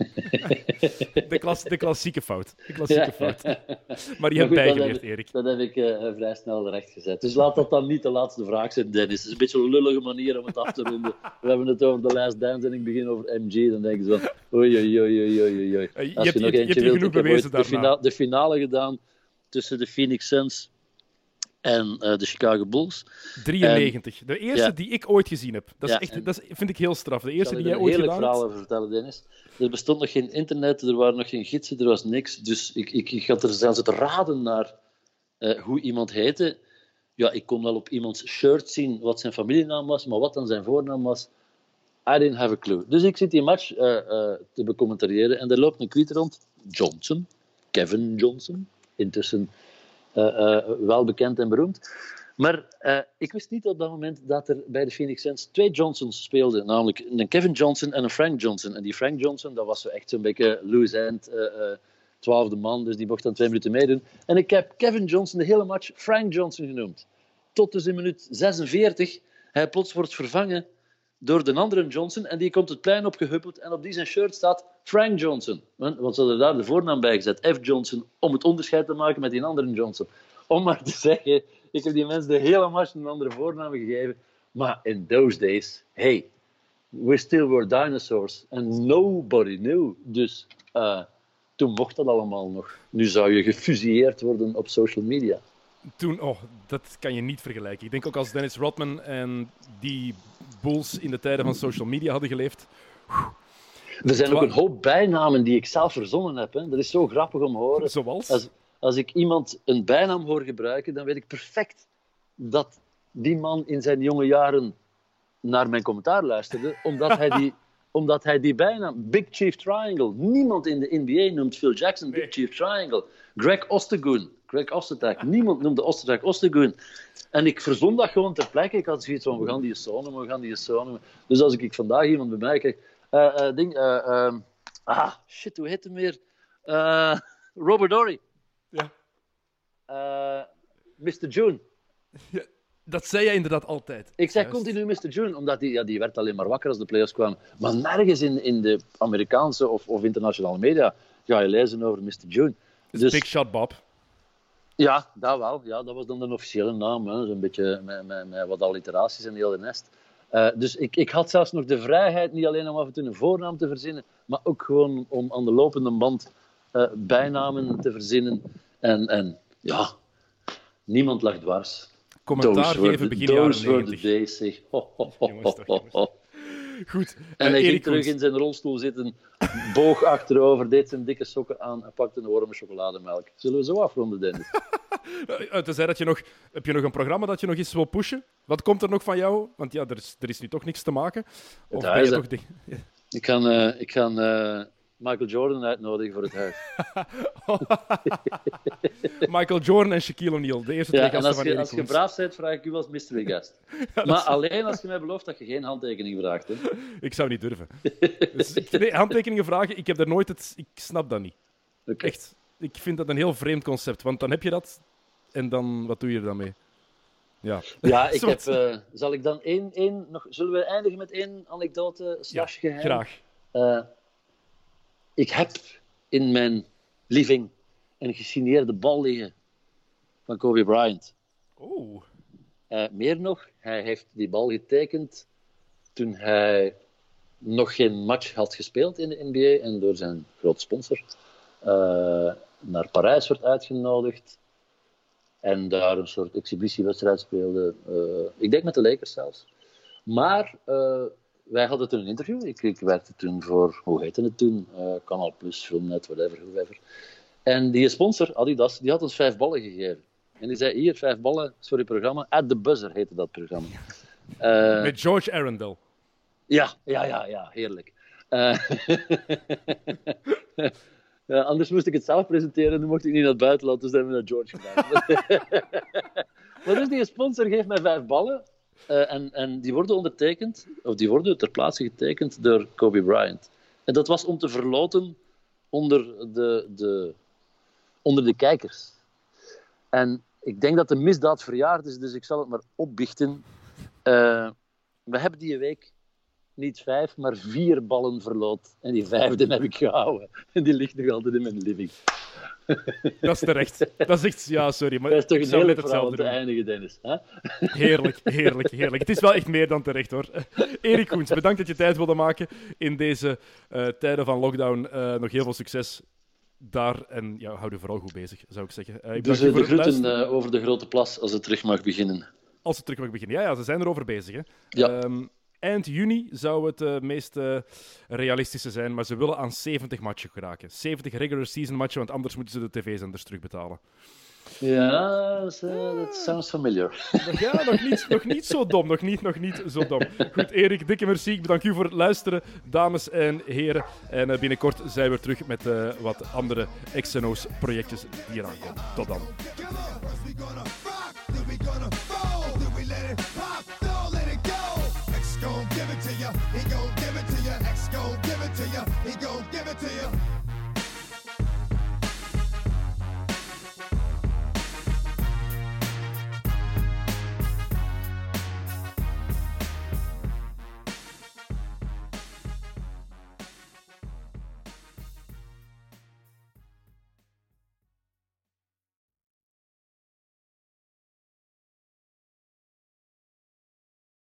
De klassieke fout. Fout. Maar die heb bijgeleerd, Erik. Dat heb ik vrij snel rechtgezet. Dus laat dat dan niet de laatste vraag zijn, Dennis. Het is een beetje een lullige manier om het af te ronden. We hebben het over The Last Dance en ik begin over MG. Dan denken ze van, oei. Als je nog eentje wilt, ik heb de finale gedaan tussen de Phoenix Suns en de Chicago Bulls. 93. De eerste die ik ooit gezien heb. Dat vind ik heel straf. De eerste die jij ooit gedaan hebt. Ik zal er een heerlijk verhaal over vertellen, Dennis. Er bestond nog geen internet, er waren nog geen gidsen, er was niks. Dus ik had er zelfs het raden naar hoe iemand heette. Ja, ik kon wel op iemands shirt zien wat zijn familienaam was, maar wat dan zijn voornaam was, I didn't have a clue. Dus ik zit die match te becommentariëren en er loopt een tweet rond. Johnson, Kevin Johnson, intussen wel bekend en beroemd. Maar ik wist niet op dat moment dat er bij de Phoenix Suns 2 Johnsons speelden. Namelijk een Kevin Johnson en een Frank Johnson. En die Frank Johnson, dat was zo echt zo'n beetje loose end, 12e man. Dus die mocht dan 2 minuten meedoen. En ik heb Kevin Johnson de hele match Frank Johnson genoemd. Tot dus in minuut 46 hij plots wordt vervangen door de andere Johnson. En die komt het plein opgehuppeld. En op die zijn shirt staat Frank Johnson. Want ze hadden daar de voornaam bij gezet. F. Johnson. Om het onderscheid te maken met die andere Johnson. Om maar te zeggen, ik heb die mensen de hele match een andere voornaam gegeven. Maar in those days, hey, we still were dinosaurs. And nobody knew. Dus toen mocht dat allemaal nog. Nu zou je gefusilleerd worden op social media. Toen, dat kan je niet vergelijken. Ik denk ook als Dennis Rodman en die Bulls in de tijden van social media hadden geleefd. Er zijn ook een hoop bijnamen die ik zelf verzonnen heb. Hè. Dat is zo grappig om te horen. Zoals? Als ik iemand een bijnaam hoor gebruiken, dan weet ik perfect dat die man in zijn jonge jaren naar mijn commentaar luisterde, omdat hij die bijnaam, Big Chief Triangle, niemand in de NBA noemt Phil Jackson Big Chief Triangle. Greg Ostertag, niemand noemde Ostertag. En ik verzon dat gewoon ter plekke. Ik had zoiets van, we gaan die zo noemen. Dus als ik vandaag iemand bij mij kijk, hoe heet hem weer? Robert Horry. Ja. Mr. June. Ja, dat zei jij inderdaad altijd. Ik zeg continu Mr. June, omdat die werd alleen maar wakker als de playoffs kwamen. Maar nergens in de Amerikaanse of internationale media ga je lezen over Mr. June. Dus Big Shot Bob. Ja, dat wel. Ja, dat was dan de officiële naam. Hè. Zo'n beetje met wat alliteraties en heel de nest. Dus ik had zelfs nog de vrijheid, niet alleen om af en toe een voornaam te verzinnen, maar ook gewoon om aan de lopende band bijnamen te verzinnen. En ja, niemand lag dwars. Commentaar geven begin jaren 90. Those were the days, zeg. Jongens. Goed. En hij Erik ging terug in zijn rolstoel zitten, boog achterover, deed zijn dikke sokken aan en pakte een warme chocolademelk. Zullen we zo afronden, Dennis? Tenzij dat heb je nog een programma dat je nog eens wil pushen? Wat komt er nog van jou? Want ja, er is nu toch niks te maken. Of ben je toch Ik kan Michael Jordan uitnodigen voor het huis. Michael Jordan en Shaquille O'Neal, de eerste twee Ja, en gasten van Erik als je Koens. braaf bent, vraag ik u als mystery guest. Maar alleen als je mij belooft dat je geen handtekening vraagt. Hè. Ik zou niet durven. Dus nee, handtekeningen vragen, ik heb er nooit het... Ik snap dat niet. Oké. Echt, ik vind dat een heel vreemd concept, want dan heb je dat en dan, wat doe je er dan mee? Ja, Ja, ik heb... Zwart. zal ik dan één nog... Zullen we eindigen met één anekdote slash geheim? graag. Ik heb in mijn living een gesigneerde bal liggen van Kobe Bryant. Oh, Meer nog, hij heeft die bal getekend toen hij nog geen match had gespeeld in de NBA en door zijn grote sponsor naar Parijs werd uitgenodigd en daar een soort exhibitiewedstrijd speelde. Ik denk met de Lakers zelfs. Maar wij hadden toen een interview. Ik werkte toen voor, hoe heette het toen? Canal Plus, Filmnet, whatever. En die sponsor, Adidas, die had ons 5 ballen gegeven. En die zei, hier, 5 ballen voor je programma. At the Buzzer heette dat programma. met George Arundel. Ja, heerlijk. Ja, anders moest ik het zelf presenteren en dan mocht ik niet naar het buitenland, dus dat hebben we naar George gedaan. Maar dus die sponsor geeft mij 5 ballen en die worden ondertekend, of die worden ter plaatse getekend door Kobe Bryant. En dat was om te verloten onder de kijkers. En ik denk dat de misdaad verjaard is, dus ik zal het maar opbiechten. We hebben die week niet 5, maar 4 ballen verloot. En die 5e heb ik gehouden. En die ligt nog altijd in mijn living. Dat is terecht. Dat is echt... Ja, sorry, maar Dat is toch ik een zou hele net verhaal om hetzelfde te doen. eindigen, Dennis. Hè? Heerlijk. Het is wel echt meer dan terecht, hoor. Erik Koens, bedankt dat je tijd wilde maken in deze tijden van lockdown. Nog heel veel succes daar. En ja, hou je vooral goed bezig, zou ik zeggen. Ik bedank Dus je de voor het luisteren. groeten over de grote plas als het terug mag beginnen. Als ze terug mag beginnen. Ja, ze zijn erover bezig. Hè. Ja. Eind juni zou het meest realistische zijn, maar ze willen aan 70 matchen geraken. 70 regular season matchen, want anders moeten ze de tv-zenders terugbetalen. Ja, dat sounds familiar. Ja, nog niet zo dom. Nog niet zo dom. Goed, Erik, dikke merci. Ik bedank u voor het luisteren, dames en heren. En binnenkort zijn we terug met wat andere XNO's projectjes die eraan komen. Tot dan. First we gonna rock, then we gonna fall, then we let it pop, don't let it go. X gon' give it to ya, he gon'